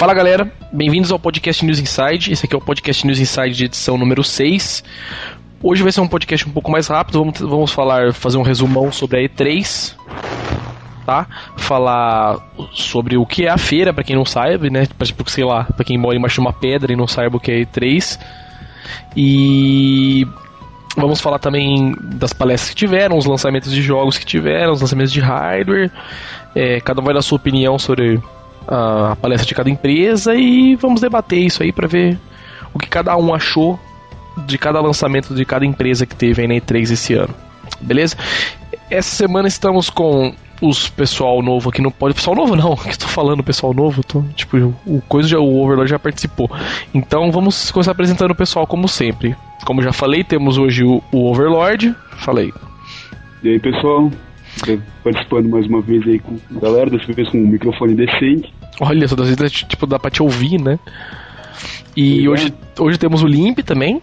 Fala galera, bem-vindos ao Podcast News Inside. Esse aqui é o Podcast News Inside de edição número 6. Hoje vai ser um podcast um pouco mais rápido. Vamos fazer um resumão sobre a E3, tá? Falar sobre o que é a feira, pra quem não sabe, né? Sei lá, pra quem mora embaixo de uma pedra e não saiba o que é a E3. E vamos falar também das palestras que tiveram, os lançamentos de jogos que tiveram, os lançamentos de hardware. Cada um vai dar sua opinião sobre a palestra de cada empresa e vamos debater isso aí pra ver o que cada um achou de cada lançamento de cada empresa que teve aí na E3 esse ano, beleza? Essa semana estamos com os pessoal novo aqui no pod. Pessoal novo não, que tô falando pessoal novo, o Overlord já participou. Então vamos começar apresentando o pessoal como sempre. Como já falei, temos hoje o Overlord. Falei. E aí pessoal, participando mais uma vez aí com a galera, dessa vez com um microfone decente. Olha, só das vezes dá pra te ouvir, né? E hoje temos o Limp também.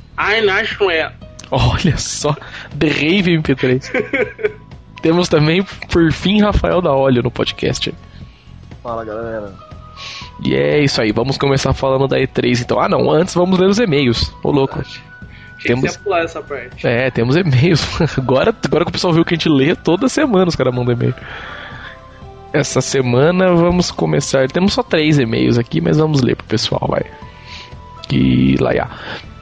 Olha só, The Rave MP3. Temos também, por fim, Rafael da Olho no podcast. Fala galera. E é isso aí, vamos começar falando da E3 então. Ah não, antes vamos ler os e-mails. Ô louco. Temos que pular essa parte. Temos e-mails. Agora que o pessoal viu que a gente lê, toda semana os caras mandam e-mail. Essa semana vamos começar. Temos só 3 e-mails aqui, mas vamos ler pro pessoal, vai. E lá já.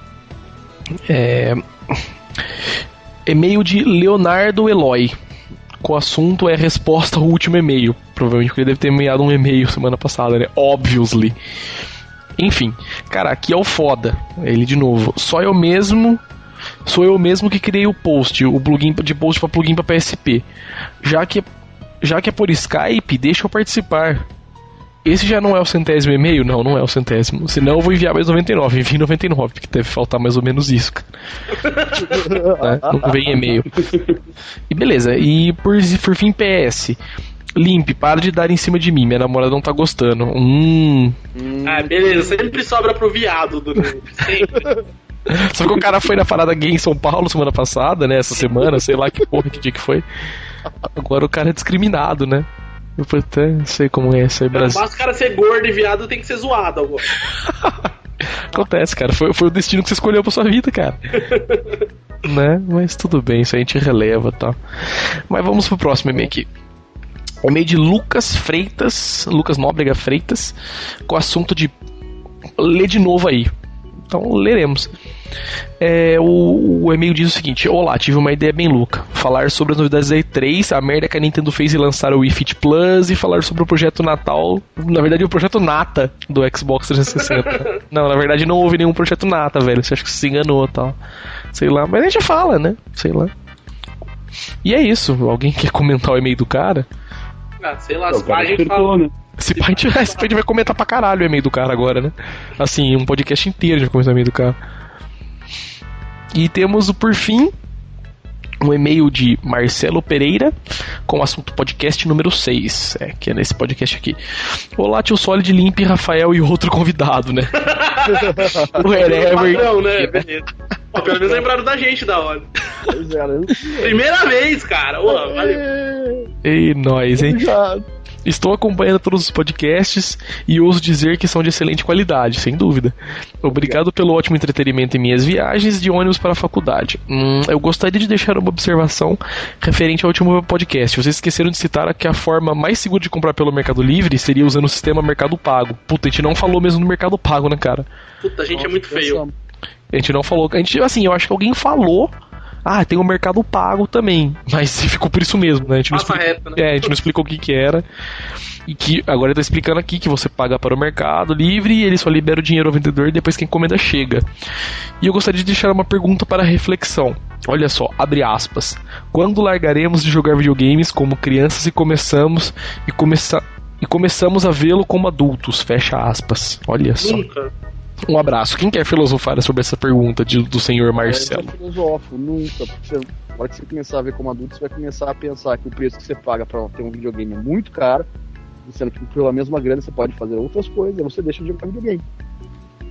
E-mail de Leonardo Eloy. O assunto é resposta ao último e-mail. Provavelmente porque ele deve ter enviado um e-mail semana passada, né? Obviously. Enfim, cara, aqui é o foda. Ele de novo. Sou eu mesmo que criei o post, o plugin de post para plugin para PSP. Já que é por Skype, deixa eu participar. Esse já não é o 100º e-mail? Não é o 100º. Senão eu vou enviar mais 99. Envie 99, porque deve faltar mais ou menos isso, cara. Não vem e-mail. E beleza, e por fim PS. Limpe, para de dar em cima de mim, minha namorada não tá gostando. Beleza, sempre sobra pro viado do sempre. Só que o cara foi na parada gay em São Paulo semana passada, né? Essa semana, sei lá que porra, que dia que foi. Agora o cara é discriminado, né? Eu até sei como é isso aí, Brasil. Basta o cara ser gordo e viado, tem que ser zoado agora. Acontece, cara. Foi o destino que você escolheu pra sua vida, cara. Né? Mas tudo bem, isso a gente releva e tal. Mas vamos pro próximo e-mail aqui. E-mail de Lucas Nóbrega Freitas, com o assunto de ler de novo aí. Então leremos. O e-mail diz o seguinte: olá, tive uma ideia bem louca. Falar sobre as novidades da E3, a merda que a Nintendo fez em lançar o Wii Fit Plus e falar sobre o projeto Natal. Na verdade, o projeto Nata do Xbox 360. Não, na verdade não houve nenhum projeto Nata, velho. Você acha que você se enganou e tal. Sei lá, mas a gente fala, né? Sei lá. E é isso. Alguém quer comentar o e-mail do cara? Sei lá, se a gente fala, né? Se a gente vai comentar pra caralho o e-mail do cara agora, né? Assim, um podcast inteiro de comentar o e-mail do cara. E temos, por fim, um e-mail de Marcelo Pereira com o assunto podcast número 6, que é nesse podcast aqui. Olá, tio Solid, Limp, Rafael e outro convidado, né? O Herever. Não, né? Beleza. Pelo menos lembraram da gente da hora. Primeira vez, cara. Valeu. Ei, nós, hein? Estou acompanhando todos os podcasts e ouso dizer que são de excelente qualidade, sem dúvida. Obrigado pelo ótimo entretenimento em minhas viagens de ônibus para a faculdade. Eu gostaria de deixar uma observação referente ao último podcast. Vocês esqueceram de citar que a forma mais segura de comprar pelo Mercado Livre seria usando o sistema Mercado Pago. Puta, a gente não falou mesmo no Mercado Pago, né, cara? Puta, a gente é muito feio. A gente não falou. Assim, eu acho que alguém falou. Tem o Mercado Pago também. Mas ficou por isso mesmo, né? A gente não explicou o que era. E que agora ele tá explicando aqui que você paga para o Mercado Livre e ele só libera o dinheiro ao vendedor e depois que a encomenda chega. E eu gostaria de deixar uma pergunta para reflexão. Olha só, abre aspas. Quando largaremos de jogar videogames como crianças e começamos a vê-lo como adultos? Fecha aspas. Olha só. Nunca. Um abraço. Quem quer filosofar sobre essa pergunta do senhor Marcelo? Eu filosofo, nunca. Na hora que você começar a ver como adulto, você vai começar a pensar que o preço que você paga pra ter um videogame é muito caro, sendo que pela mesma grana você pode fazer outras coisas, e você deixa de jogar videogame.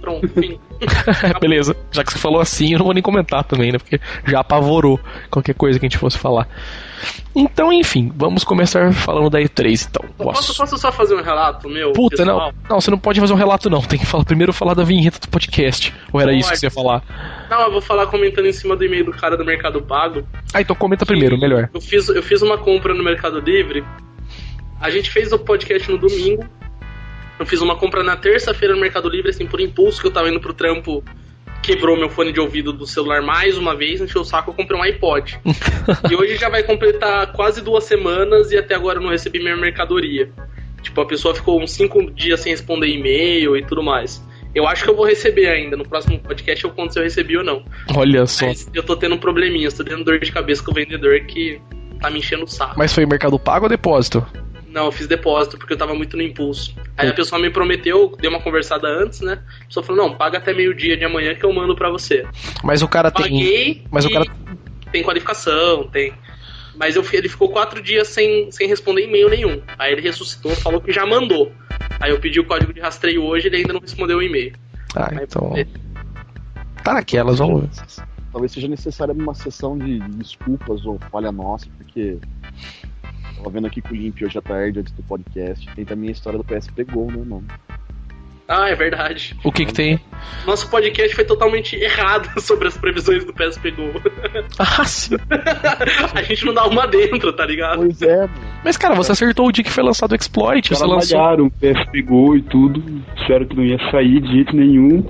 Pronto, fim. Beleza, já que você falou assim, eu não vou nem comentar também, né? Porque já apavorou qualquer coisa que a gente fosse falar. Então, enfim, vamos começar falando da E3, então. Posso só fazer um relato meu? Puta, pessoal? não, você não pode fazer um relato, não. Tem que primeiro falar da vinheta do podcast. Ou era isso que você ia falar? Não, eu vou falar comentando em cima do e-mail do cara do Mercado Pago. Ah, então comenta primeiro, melhor. Eu fiz uma compra no Mercado Livre. A gente fez o podcast no domingo. Eu fiz uma compra na terça-feira no Mercado Livre, assim, por impulso, que eu tava indo pro trampo. Quebrou meu fone de ouvido do celular mais uma vez, encheu o saco, eu comprei um iPod. E hoje já vai completar quase 2 semanas e até agora eu não recebi minha mercadoria. Tipo, a pessoa ficou uns 5 dias sem responder e-mail e tudo mais. Eu acho que eu vou receber ainda. No próximo podcast eu conto se eu recebi ou não. Olha só. Mas eu tô tendo probleminhas, tô tendo dor de cabeça com o vendedor que tá me enchendo o saco. Mas foi Mercado Pago ou depósito? Não, eu fiz depósito porque eu tava muito no impulso. Aí a pessoa me prometeu, deu uma conversada antes, né? A pessoa falou, não, paga até meio-dia de amanhã que eu mando pra você. Mas o cara Paguei, Mas o cara tem qualificação, tem... Mas ele ficou 4 dias sem responder e-mail nenhum. Aí ele ressuscitou, falou que já mandou. Aí eu pedi o código de rastreio hoje e ele ainda não respondeu o e-mail. Ah, então... Tá naquelas, vamos ver. Talvez seja necessária uma sessão de desculpas ou falha nossa, porque... Tava vendo aqui com o Limp hoje à tarde, antes do podcast. Tem também a história do PSP Go, né, mano? Ah, é verdade. O que tem? Nosso podcast foi totalmente errado sobre as previsões do PSP Go. Ah, sim. A gente não dá uma dentro, tá ligado? Pois é, mano. Mas, cara, você acertou o dia que foi lançado o Exploit. Os Você caras lançou... malharam o PSP Go e tudo. Disseram que não ia sair de jeito nenhum.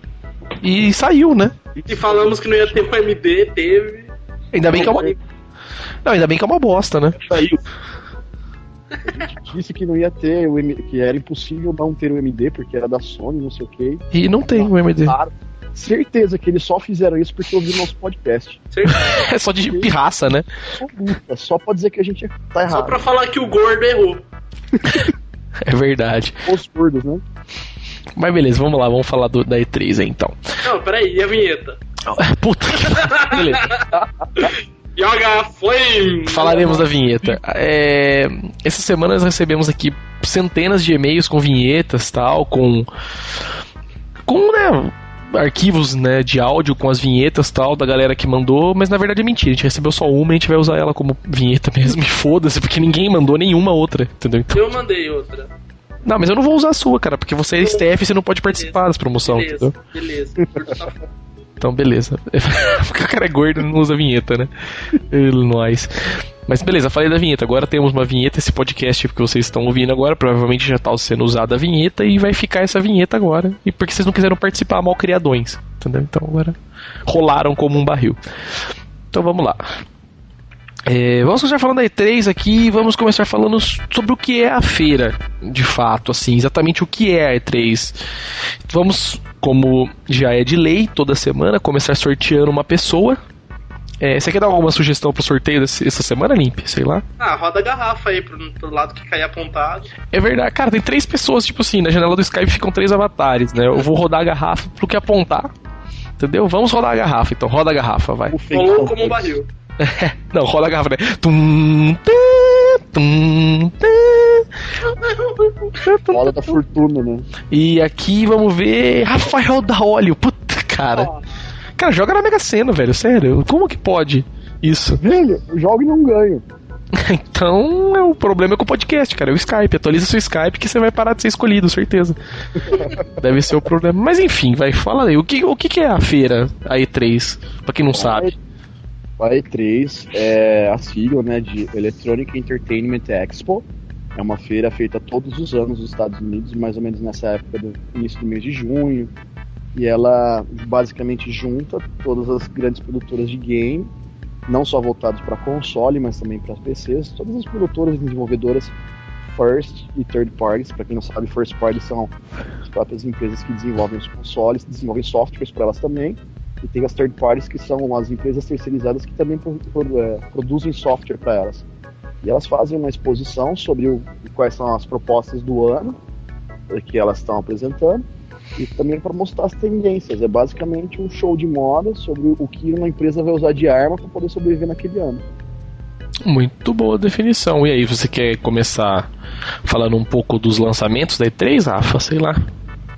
E saiu, né? E falamos que não ia ter um MD, teve. Ainda bem que é uma... Não, ainda bem que é uma bosta, né? Saiu. A gente disse que não ia ter que era impossível não ter o MD, porque era da Sony, não sei o que. E não tem o MD. Certeza que eles só fizeram isso porque ouviram nosso podcast. É só de pirraça, né? É só pra dizer que a gente tá errado. Só pra falar que o gordo errou. É verdade. Os gordos, né? Mas beleza, vamos lá, vamos falar da E3 aí, então. Não, peraí, e a vinheta? Puta que... Beleza. Yoga Flame! Falaremos da vinheta. Essa semana nós recebemos aqui centenas de e-mails com vinhetas tal, com né, arquivos, né, de áudio com as vinhetas tal da galera que mandou, mas na verdade é mentira, a gente recebeu só uma e a gente vai usar ela como vinheta mesmo, e foda-se, porque ninguém mandou nenhuma outra, entendeu? Então... Eu mandei outra. Não, mas eu não vou usar a sua, cara, porque você é staff e você não pode participar das promoções, entendeu? Beleza. Então, beleza. Porque o cara é gordo e não usa vinheta, né? Nós. Mas beleza, falei da vinheta. Agora temos uma vinheta. Esse podcast que vocês estão ouvindo agora provavelmente já está sendo usada a vinheta e vai ficar essa vinheta agora. E porque vocês não quiseram participar, mal criadões. Entendeu? Então agora rolaram como um barril. Então vamos lá. Vamos começar falando da E3 aqui. Vamos começar falando sobre o que é a feira, de fato, assim, exatamente o que é a E3. Vamos, como já é de lei, toda semana, começar sorteando uma pessoa. Você quer dar alguma sugestão pro sorteio dessa semana, Limp? Sei lá. Ah, roda a garrafa aí pro lado que cair apontado. É verdade, cara, tem 3 pessoas, tipo assim, na janela do Skype ficam 3 avatares, né? Eu vou rodar a garrafa pro que apontar, entendeu? Vamos rodar a garrafa, então, roda a garrafa, vai. Rolou como um barril. Não, roda a garrafa, né? Roda da fortuna, né? E aqui vamos ver Rafael da Óleo. Puta, cara. Cara, joga na Mega Sena, velho, sério. Como que pode isso? Velho, joga e não ganha. Então, o problema é com o podcast, cara. É o Skype. Atualiza seu Skype que você vai parar de ser escolhido, certeza. Deve ser o problema. Mas enfim, vai, fala aí. O que é a feira, a E3? Pra quem não sabe. A E3 é a sigla, né, de Electronic Entertainment Expo. É uma feira feita todos os anos nos Estados Unidos, mais ou menos nessa época do início do mês de junho. E ela basicamente junta todas as grandes produtoras de game, não só voltadas para console, mas também para PCs. Todas as produtoras e desenvolvedoras first e third parties. Para quem não sabe, first parties são as próprias empresas que desenvolvem os consoles, desenvolvem softwares para elas também. E tem as third parties, que são as empresas terceirizadas que também produzem software para elas. E elas fazem uma exposição sobre quais são as propostas do ano que elas estão apresentando e também para mostrar as tendências. É basicamente um show de moda sobre o que uma empresa vai usar de arma para poder sobreviver naquele ano. Muito boa definição. E aí, você quer começar falando um pouco dos lançamentos da E3, Rafa? Sei lá.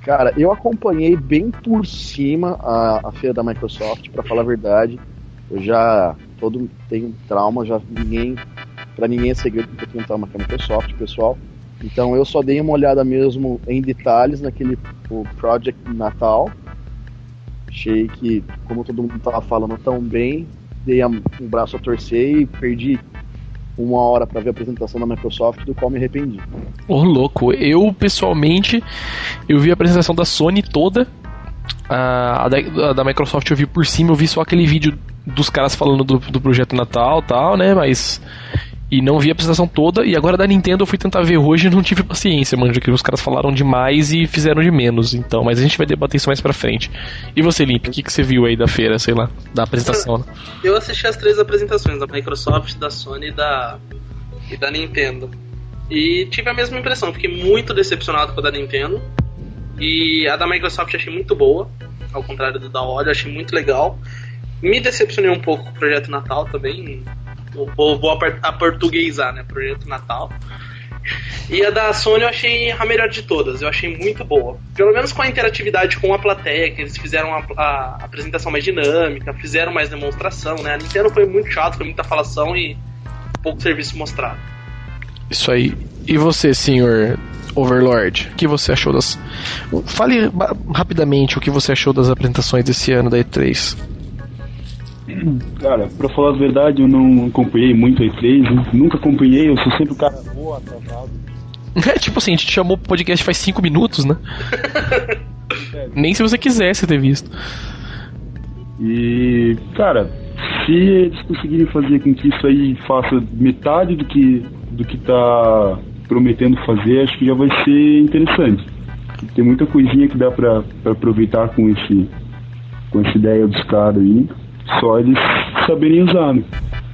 Cara, eu acompanhei bem por cima a feira da Microsoft, pra falar a verdade. Eu já tenho trauma, pra ninguém é segredo que eu tenho trauma com a Microsoft, pessoal. Então eu só dei uma olhada mesmo em detalhes naquele Project Natal. Achei que, como todo mundo tava falando tão bem, dei um braço a torcer e perdi 1 hora pra ver a apresentação da Microsoft, do qual me arrependi. Ô, louco, eu pessoalmente eu vi a apresentação da Sony toda. A da Microsoft eu vi por cima, eu vi só aquele vídeo dos caras falando do projeto Natal e tal, né, mas... E não vi a apresentação toda, e agora da Nintendo eu fui tentar ver hoje e não tive paciência, mano, que os caras falaram demais e fizeram de menos, então, mas a gente vai debater isso mais pra frente. E você, Limp, o que você viu aí da feira, sei lá, da apresentação? Né? Eu assisti as 3 apresentações, da Microsoft, da Sony e da Nintendo. E tive a mesma impressão, fiquei muito decepcionado com a da Nintendo. E a da Microsoft achei muito boa, ao contrário do da Olho, achei muito legal. Me decepcionei um pouco com o Projeto Natal também. Vou aportuguesar, né? Projeto Natal. E a da Sony eu achei a melhor de todas. Eu achei muito boa. Pelo menos com a interatividade com a plateia, que eles fizeram a apresentação mais dinâmica, fizeram mais demonstração, né? A Nintendo foi muito chato, foi muita falação e pouco serviço mostrado. Isso aí. E você, senhor Overlord, o que você achou das... Fale rapidamente o que você achou das apresentações desse ano da E3. Cara, pra falar a verdade, eu não acompanhei muito a E3, né? Nunca acompanhei, eu sou sempre o cara boa, atrasado. É tipo assim, a gente te chamou pro podcast faz 5 minutos, né? Nem se você quisesse ter visto. E, cara, se eles conseguirem fazer com que isso aí faça metade do que tá prometendo fazer, acho que já vai ser interessante. Tem muita coisinha que dá pra aproveitar com essa ideia dos caras aí. Só eles saberem usar, né?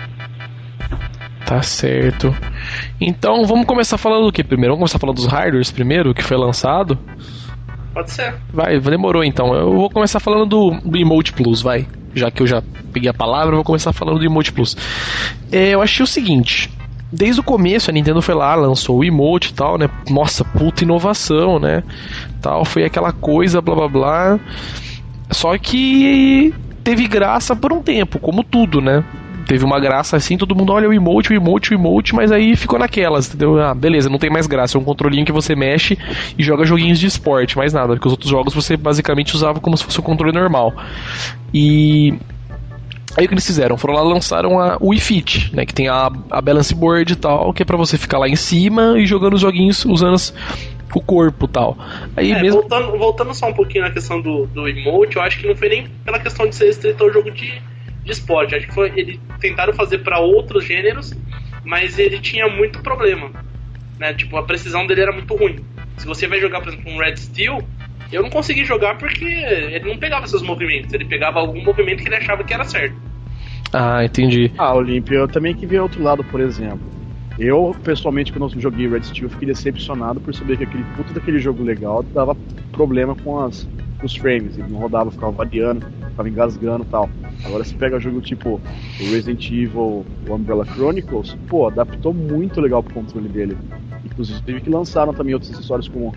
Tá certo. Então vamos começar falando do que primeiro? Vamos começar falando dos hardwares primeiro, que foi lançado? Pode ser. Vai, demorou então. Eu vou começar falando do Emote Plus, vai. Já que eu já peguei a palavra, eu vou começar falando do Emote Plus. Eu achei o seguinte... Desde o começo a Nintendo foi lá, lançou o Emote e tal, né? Nossa, puta inovação, né? Tal, foi aquela coisa, blá blá blá. Só que... teve graça por um tempo, como tudo, né? Teve uma graça assim, todo mundo olha o emote, mas aí ficou naquelas, entendeu? Ah, beleza, não tem mais graça, é um controlinho que você mexe e joga joguinhos de esporte, mais nada, porque os outros jogos você basicamente usava como se fosse um controle normal. E... aí o que eles fizeram? Foram lá e lançaram o Wii Fit, né? Que tem a balance board e tal, que é pra você ficar lá em cima e jogando os joguinhos usando o corpo e tal. Aí mesmo... voltando só um pouquinho na questão do emote, eu acho que não foi nem pela questão de ser restrito ao jogo de esporte. Acho que foi, eles tentaram fazer para outros gêneros, mas ele tinha muito problema, né? Tipo, a precisão dele era muito ruim. Se você vai jogar, por exemplo, um Red Steel, eu não consegui jogar porque ele não pegava seus movimentos, ele pegava algum movimento que ele achava que era certo. Ah, entendi. Olímpio, eu também que vi outro lado, por exemplo. Eu, pessoalmente, quando eu joguei Red Steel, fiquei decepcionado por saber que aquele puto daquele jogo legal dava problema com os frames. Ele não rodava, ficava variando, ficava engasgando e tal. Agora você pega jogo tipo o Resident Evil, o Umbrella Chronicles, pô, adaptou muito legal pro controle dele. Inclusive teve que lançaram também outros acessórios como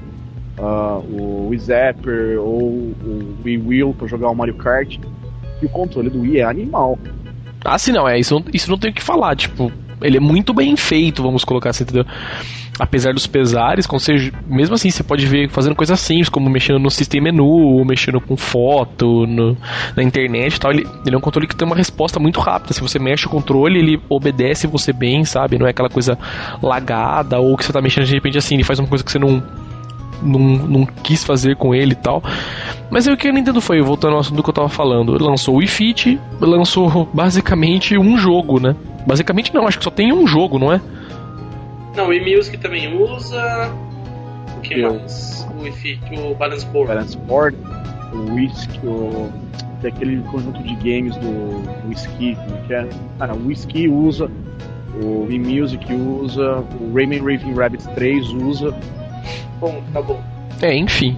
o Wii Zapper ou o Wii Wheel pra jogar o Mario Kart. E o controle do Wii é animal. Ah, sim, não, isso não tem o que falar, tipo, ele é muito bem feito, vamos colocar assim, entendeu? Apesar dos pesares, mesmo assim, você pode ver fazendo coisas simples, como mexendo no sistema menu, ou mexendo com foto, na internet e tal. Ele é um controle que tem uma resposta muito rápida. Se você mexe o controle, ele obedece você bem, sabe? Não é aquela coisa lagada, ou que você tá mexendo de repente assim, ele faz uma coisa que você não quis fazer com ele e tal. Mas aí o que a Nintendo foi, voltando ao assunto que eu tava falando, lançou o Wii Fit, lançou basicamente um jogo, né? Basicamente não, acho que só tem um jogo, não é? Não, o Wii Music também usa. O que mais? O Wii Fit, o Balance Board. Balance Board, o Wii, tem aquele conjunto de games do Wii, como que é? O Wii usa, o Wii Music usa, o Rayman Raving Rabbids 3 usa. Bom, tá bom. Enfim.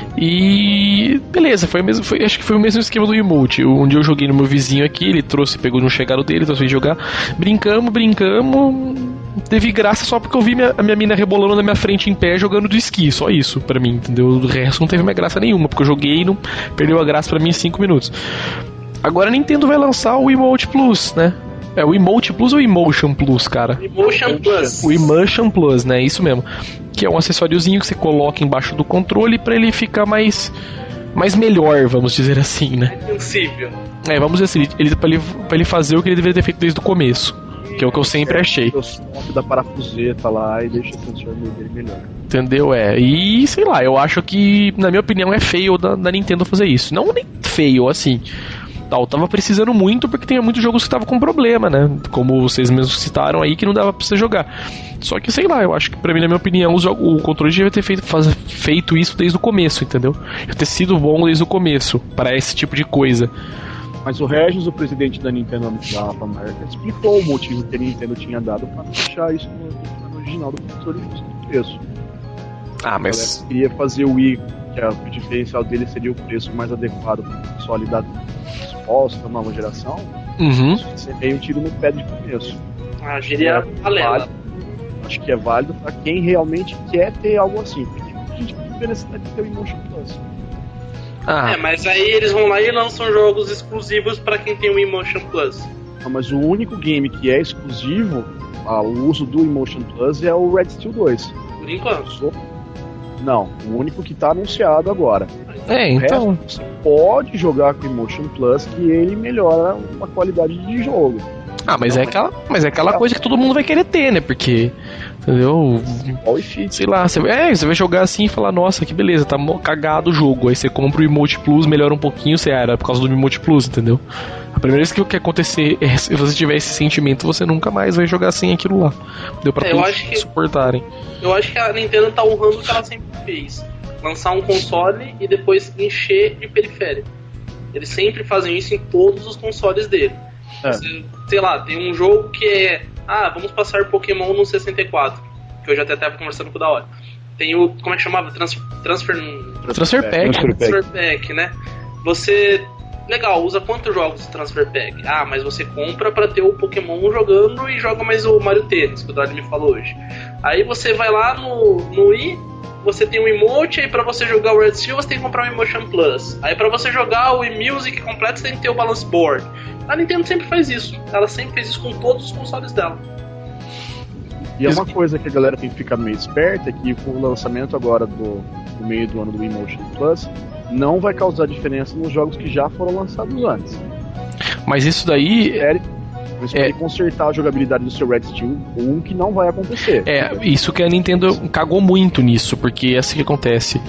E beleza, acho que foi o mesmo esquema do emote. Um dia eu joguei no meu vizinho aqui, ele pegou no chegado dele, trouxe pra jogar. Brincamos. teve graça só porque eu vi a minha mina rebolando na minha frente em pé jogando do esqui, só isso pra mim, entendeu? O resto não teve mais graça nenhuma, porque eu joguei e não perdeu a graça pra mim em 5 minutos. Agora a Nintendo vai lançar o Emote Plus, né? É o Emote Plus ou o Emotion Plus, cara? Emotion Plus. O Emotion Plus, né? Isso mesmo. Que é um acessóriozinho que você coloca embaixo do controle pra ele ficar mais melhor, vamos dizer assim, né? Sensível. Vamos dizer assim, pra ele fazer o que ele deveria ter feito desde o começo. Que é o que eu sempre achei. O stop da parafuseta lá e deixa o sensor dele melhor. Entendeu? E sei lá, eu acho que, na minha opinião, é feio da Nintendo fazer isso. Não nem feio, assim. Tava precisando muito porque tem muitos jogos que estavam com problema, né? Como vocês mesmos citaram aí, que não dava pra você jogar. Só que, sei lá, eu acho que pra mim, na minha opinião, o controle devia ter feito isso desde o começo, entendeu? Devia ter sido bom desde o começo, para esse tipo de coisa. Mas o Regis, o presidente da Nintendo da América, explicou o motivo que a Nintendo tinha dado pra deixar isso no original do controle do preço. Mas... Ela queria fazer o Wii, que o diferencial dele seria o preço mais adequado para o console da suposta nova geração. Você tem um tiro no pé de começo. Seria valela. Acho que é válido para quem realmente quer ter algo assim. Porque a gente não tem necessidade de ter o Emotion Plus. Mas aí eles vão lá e lançam jogos exclusivos pra quem tem o Emotion Plus. Não, mas o único game que é exclusivo ao uso do Emotion Plus é o Red Steel 2. Por enquanto. Não, o único que tá anunciado agora. Então. O resto, você pode jogar com o Emotion Plus que ele melhora a qualidade de jogo. Mas é aquela coisa que todo mundo vai querer ter, né? Porque, entendeu? Sei lá, você vai jogar assim e falar, nossa, que beleza, tá cagado o jogo. Aí você compra o Emote Plus, melhora um pouquinho, você era por causa do Emote Plus, entendeu? A primeira vez que acontecer é se você tiver esse sentimento, você nunca mais vai jogar sem aquilo lá. Deu pra todos suportarem. Eu acho que a Nintendo tá honrando o que ela sempre fez. Lançar um console e depois encher de periférico. Eles sempre fazem isso em todos os consoles dele. Sei lá, tem um jogo que é vamos passar Pokémon no 64, que eu já até tava conversando com o da hora. Tem o, como é que chamava? Transfer Pack, né? Você, legal, usa quantos jogos de Transfer Pack? Mas você compra pra ter o Pokémon jogando e joga mais o Mario Tennis, que o Dani me falou hoje. Aí você vai lá no Wii, você tem um emote, aí pra você jogar o Red Steel você tem que comprar um Emotion Plus. Aí pra você jogar o Wii Music completo você tem que ter o Balance Board. A Nintendo sempre faz isso. Ela sempre fez isso com todos os consoles dela. E é uma coisa que a galera tem que ficar meio esperta, é que com o lançamento agora do meio do ano do Emotion Plus, não vai causar diferença nos jogos que já foram lançados antes. Mas isso daí... Espere consertar a jogabilidade do seu Red Steel 1, que não vai acontecer. Isso que a Nintendo cagou muito nisso, porque é assim que acontece.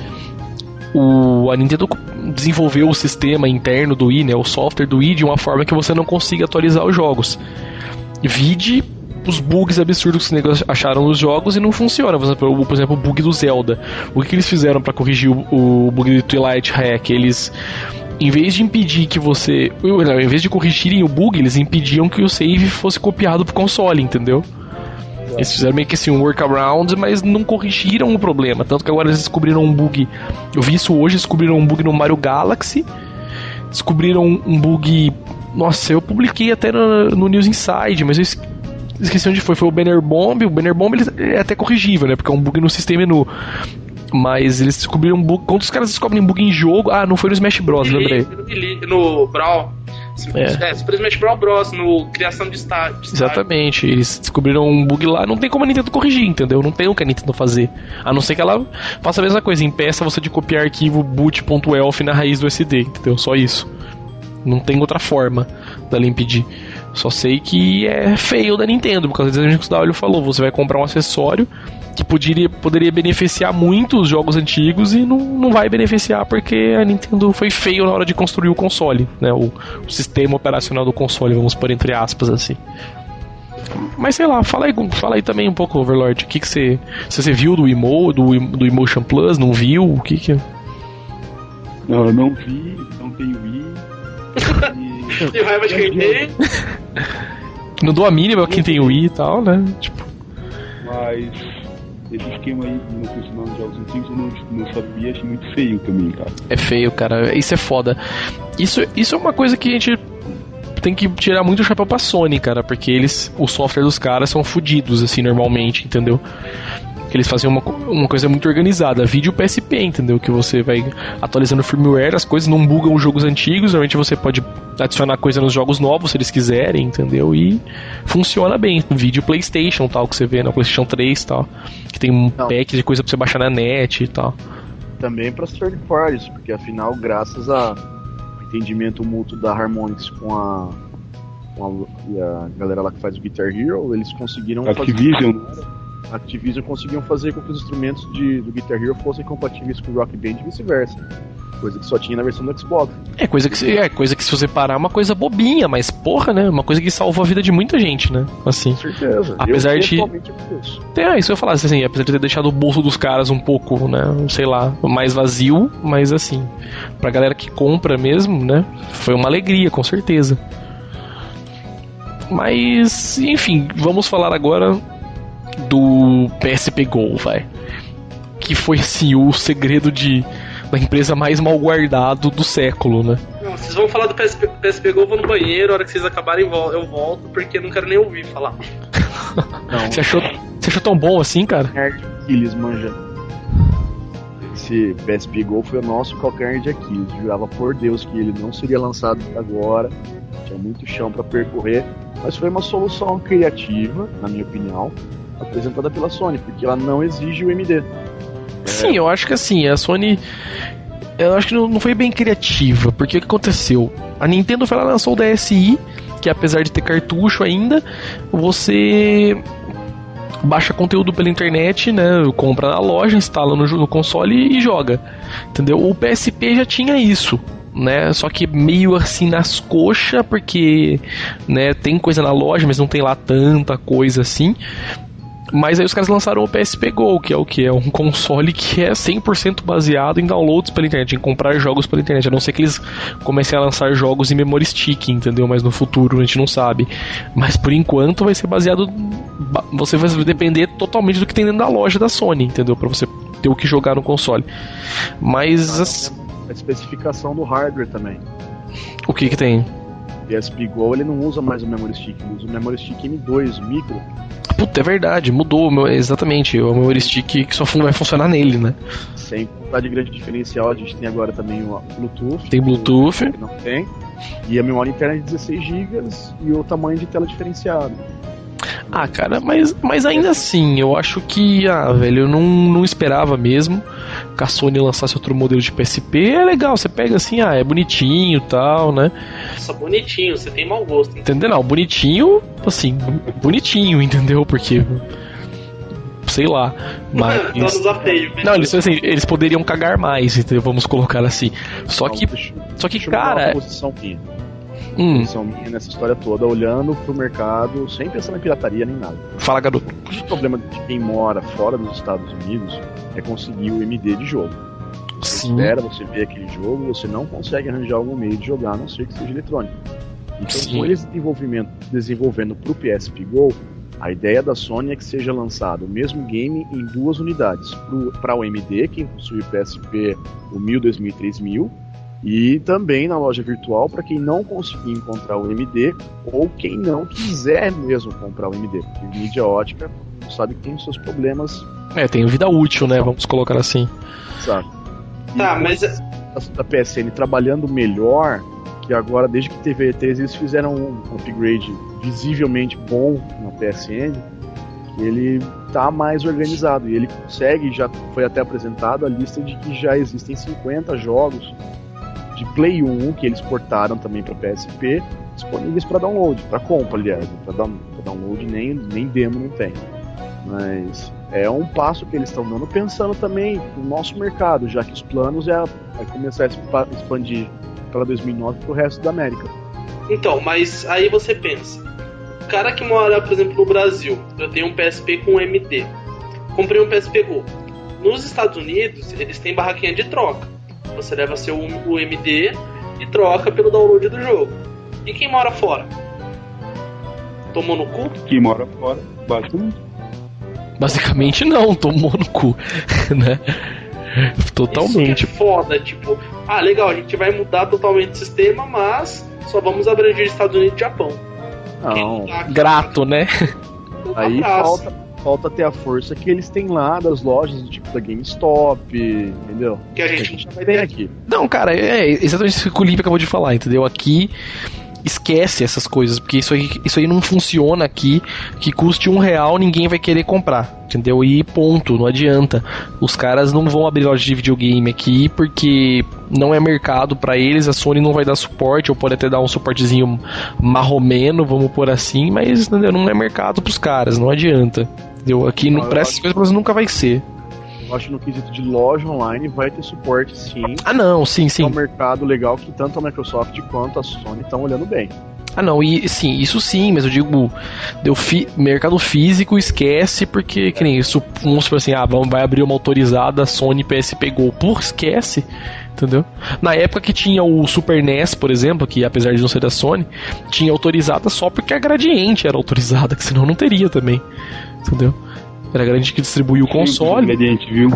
A Nintendo desenvolveu o sistema interno do Wii, né, o software do Wii, de uma forma que você não consiga atualizar os jogos. Vide os bugs absurdos que os negros acharam nos jogos e não funciona. Por exemplo, o bug do Zelda. O que eles fizeram para corrigir o bug do Twilight Hack? Eles, em vez de impedir que você... Não, em vez de corrigirem o bug, eles impediam que o save fosse copiado pro console, entendeu? Eles fizeram meio que assim um workaround, mas não corrigiram o problema. Tanto que agora eles descobriram um bug. Eu vi isso hoje, descobriram um bug no Mario Galaxy. Descobriram um bug. Nossa, eu publiquei até no News Inside, mas eu esqueci onde foi. Foi o Banner Bomb. O Banner Bomb ele é até corrigível, né? Porque é um bug no sistema menu. Mas eles descobriram um bug. Quando os caras descobrem bug em jogo. Não foi no Smash Bros, lembrei. No Brawl. Super Smash Bros. No criação de estádio. Exatamente, eles descobriram um bug lá, não tem como a Nintendo corrigir, entendeu? Não tem o que a Nintendo fazer. A não ser que ela faça a mesma coisa, impeça você de copiar arquivo boot.elf na raiz do SD, entendeu? Só isso. Não tem outra forma dela impedir. Só sei que é feio da Nintendo, porque às vezes o W falou, você vai comprar um acessório que poderia beneficiar muito os jogos antigos e não vai beneficiar porque a Nintendo foi feio na hora de construir o console, né? O sistema operacional do console, vamos pôr entre aspas assim. Mas sei lá, fala aí também um pouco, Overlord, o que você viu do Emotion Plus, não viu? O que Não, eu não vi, não tenho Wii. Tem raiva de quem tem. Não dou a mínima quem tem Wii e tal, né? Tipo. Mas esse esquema aí de não funcionar nos jogos antigos eu não sabia, achei muito feio também, cara. É feio, cara. Isso é foda. Isso é uma coisa que a gente tem que tirar muito o chapéu pra Sony, cara, porque o software dos caras são fodidos, assim, normalmente, entendeu? Eles fazem uma coisa muito organizada, vídeo PSP, entendeu? Que você vai atualizando o firmware, as coisas não bugam os jogos antigos, normalmente você pode adicionar coisa nos jogos novos, se eles quiserem, entendeu? E funciona bem, vídeo PlayStation, tal, que você vê na PlayStation 3, tal, que tem um pack de coisa pra você baixar na net e tal. Também para third parties, porque afinal, graças ao entendimento mútuo da Harmonix com a galera lá que faz o Guitar Hero, eles conseguiram Activision conseguiam fazer com que os instrumentos do Guitar Hero fossem compatíveis com o Rock Band e vice-versa. Coisa que só tinha na versão do Xbox. Coisa que se você parar é uma coisa bobinha, mas porra, né? Uma coisa que salvou a vida de muita gente, né? Assim. Com certeza. Apesar de. Isso eu ia falar assim, apesar de ter deixado o bolso dos caras um pouco, né? Sei lá, mais vazio, mas assim, pra galera que compra mesmo, né? Foi uma alegria, com certeza. Mas, enfim, vamos falar agora do PSP Go, vai. Que foi assim o segredo da empresa mais mal guardado do século, né? Não, vocês vão falar do PSP Go, eu vou no banheiro, a hora que vocês acabarem eu volto, porque eu não quero nem ouvir falar. Não. Você achou tão bom assim, cara? Aquiles, manja. Esse PSP Go foi o nosso calcanhar de Aquiles. Jurava por Deus que ele não seria lançado agora. Tinha muito chão para percorrer, mas foi uma solução criativa, na minha opinião, apresentada pela Sony, porque ela não exige o MD. Sim, eu acho que assim, a Sony, eu acho que não foi bem criativa, porque o que aconteceu? A Nintendo foi lá e lançou o DSi, que apesar de ter cartucho ainda, você baixa conteúdo pela internet, né, compra na loja, instala no console e joga, entendeu? O PSP já tinha isso, né, só que meio assim nas coxas, porque, né, tem coisa na loja, mas não tem lá tanta coisa assim. Mas aí os caras lançaram o PSP Go, que é o que? É um console que é 100% baseado em downloads pela internet, em comprar jogos pela internet, a não ser que eles comecem a lançar jogos em memory stick, entendeu? Mas no futuro a gente não sabe. Mas por enquanto vai ser baseado... Você vai depender totalmente do que tem dentro da loja da Sony, entendeu? Pra você ter o que jogar no console. Mas... A especificação do hardware também. O que tem? O PSP Go ele não usa mais o memory stick, ele usa o memory stick M2, o micro. Puta, é verdade, mudou, exatamente, o memory stick que só vai funcionar nele, né? Sem contar de grande diferencial, a gente tem agora também o Bluetooth. Tem Bluetooth. Que não tem. E a memória interna é de 16 GB e o tamanho de tela diferenciado. Ah, cara, mas ainda assim, eu acho que, velho, eu não esperava mesmo que a Sony lançasse outro modelo de PSP. É legal, você pega assim, é bonitinho e tal, né? Nossa, bonitinho, você tem mau gosto. Entendeu? Não, bonitinho, assim, bonitinho, entendeu? Porque... sei lá, mas... Não, eles poderiam cagar mais, entendeu? Vamos colocar assim. Só que, cara... São minha nessa história toda, olhando pro mercado, sem pensar na pirataria nem nada. Fala, garoto. O problema de quem mora fora dos Estados Unidos é conseguir o MD de jogo. Você espera, você vê aquele jogo, você não consegue arranjar algum meio de jogar, a não ser que seja eletrônico. Então, com eles desenvolvendo pro PSP Go, a ideia da Sony é que seja lançado o mesmo game em 2 unidades. Para o MD, quem possui o PSP, o 1000, 2000 e 3000, e também na loja virtual para quem não conseguir encontrar o MD ou quem não quiser mesmo comprar o MD, porque mídia ótica sabe que tem os seus problemas. Tem vida útil, né? Vamos colocar assim. Exato. Tá, mas a PSN trabalhando melhor, que agora desde que teve E3 eles fizeram um upgrade visivelmente bom na PSN, ele tá mais organizado e ele consegue, já foi até apresentado a lista de que já existem 50 jogos de Play 1 que eles portaram também para PSP, disponíveis para download, para compra, aliás, para download nem demo não tem. Mas é um passo que eles estão dando, pensando também no nosso mercado, já que os planos é começar a expandir para 2009 para o resto da América. Então, mas aí você pensa, o cara que mora, por exemplo, no Brasil, eu tenho um PSP com MD, comprei um PSP Go. Nos Estados Unidos, eles têm barraquinha de troca. Você leva o MD e troca pelo download do jogo. E quem mora fora? Tomou no cu? Quem mora fora, basicamente não, tomou no cu, né? Totalmente. Isso que é foda, tipo, legal, a gente vai mudar totalmente o sistema, mas só vamos abranger Estados Unidos e Japão. Não. Grato, né? Aí falta ter a força que eles têm lá das lojas do tipo da GameStop, entendeu? Que a gente não vai tem ter aqui. Não, cara, é exatamente isso que o Lipe acabou de falar, entendeu? Aqui esquece essas coisas, porque isso aí não funciona aqui, que custe R$1 ninguém vai querer comprar, entendeu? E ponto, não adianta. Os caras não vão abrir loja de videogame aqui porque não é mercado pra eles, a Sony não vai dar suporte, ou pode até dar um suportezinho marromeno, vamos pôr assim, mas entendeu? Não é mercado pros caras, não adianta. Entendeu? Aqui pra essas coisas nunca vai ser. Eu acho que no quesito de loja online vai ter suporte, sim. Não, sim. É um mercado legal que tanto a Microsoft quanto a Sony estão olhando bem. Não, e sim, isso sim, mas eu digo, mercado físico esquece, porque, que nem isso, vamos supor assim, vai abrir uma autorizada Sony PSP Go. Porra, esquece, entendeu? Na época que tinha o Super NES, por exemplo, que apesar de não ser da Sony, tinha autorizada só porque a Gradiente era autorizada, que senão não teria também, entendeu? Era a Gradiente que distribuía o console. Gradiente, viu?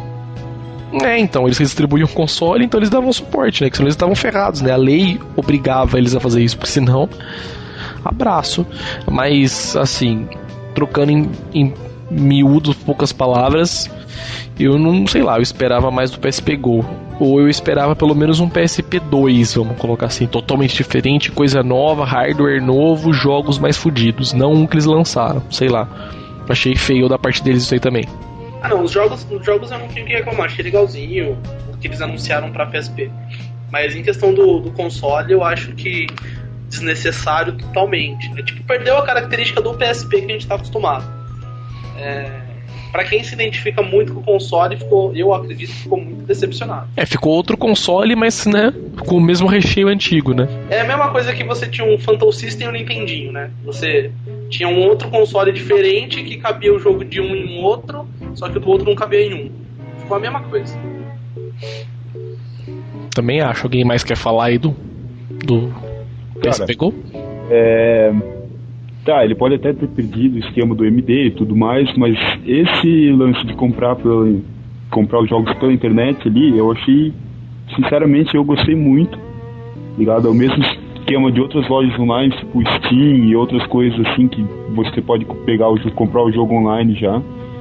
Então, eles distribuíam o console, então eles davam suporte, né? Que senão eles estavam ferrados, né? A lei obrigava eles a fazer isso, porque senão, abraço. Mas, assim, trocando em miúdos, poucas palavras, eu não, sei lá, eu esperava mais do PSP Go. Ou eu esperava pelo menos um PSP 2, vamos colocar assim, totalmente diferente, coisa nova, hardware novo, jogos mais fodidos. Não um que eles lançaram, sei lá. Achei feio da parte deles isso aí também. Não, os jogos eu não tenho que reclamar, achei legalzinho o que eles anunciaram pra PSP. Mas em questão do console, eu acho que desnecessário totalmente. Tipo, perdeu a característica do PSP que a gente tá acostumado. Pra quem se identifica muito com o console, eu acredito que ficou muito decepcionado. Ficou outro console, mas, né, com o mesmo recheio antigo, né? É a mesma coisa que você tinha um Phantom System e um Nintendinho, né? Você tinha um outro console diferente que cabia o jogo de um em outro, só que o do outro não cabia em um. Ficou a mesma coisa. Também acho. Alguém mais quer falar aí do PSP Go? Tá, ele pode até ter perdido o esquema do MD e tudo mais, mas esse lance de comprar os jogos pela internet ali, eu achei, sinceramente, eu gostei muito, ligado? É o mesmo esquema de outras lojas online, tipo Steam e outras coisas assim, que você pode comprar o jogo online já.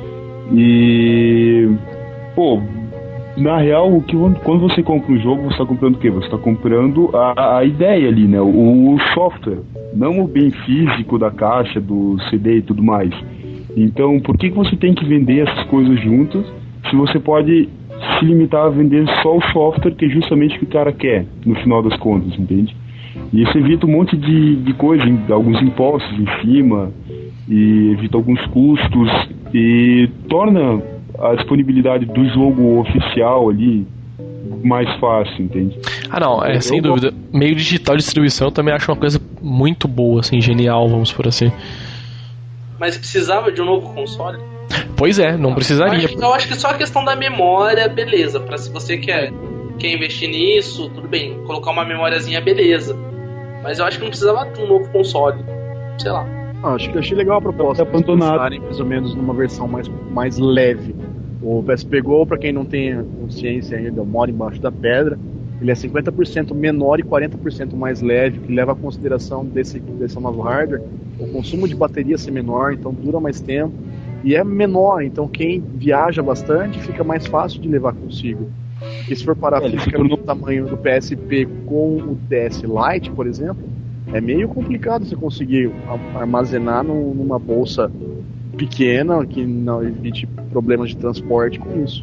E, na real, quando você compra um jogo, você está comprando o quê? Você está comprando a ideia ali, né? O software, não o bem físico da caixa, do CD e tudo mais. Então, por que você tem que vender essas coisas juntas se você pode se limitar a vender só o software, que é justamente o que o cara quer, no final das contas, entende? E isso evita um monte de coisa, alguns impostos em cima, e evita alguns custos, e torna a disponibilidade do jogo oficial ali mais fácil, entende? Não, sem dúvida. Meio digital de distribuição eu também acho uma coisa muito boa, assim, genial, vamos por assim. Mas precisava de um novo console? Pois é, não precisaria. Eu acho que só a questão da memória, beleza. Se você quer investir nisso, tudo bem. Colocar uma memóriazinha, beleza. Mas eu acho que não precisava de um novo console. Sei lá. Acho que eu achei legal a proposta. Tá abandonado. Mais ou menos numa versão mais leve. O PSP Go, pra quem não tem consciência ainda, mora embaixo da pedra, ele é 50% menor e 40% mais leve, que leva a consideração desse novo hardware, o consumo de bateria ser menor, então dura mais tempo, e é menor, então quem viaja bastante fica mais fácil de levar consigo. Porque se for parar fisicamente o tamanho do PSP com o DS Lite, por exemplo, é meio complicado você conseguir armazenar numa bolsa pequena, que não evite problemas de transporte com isso.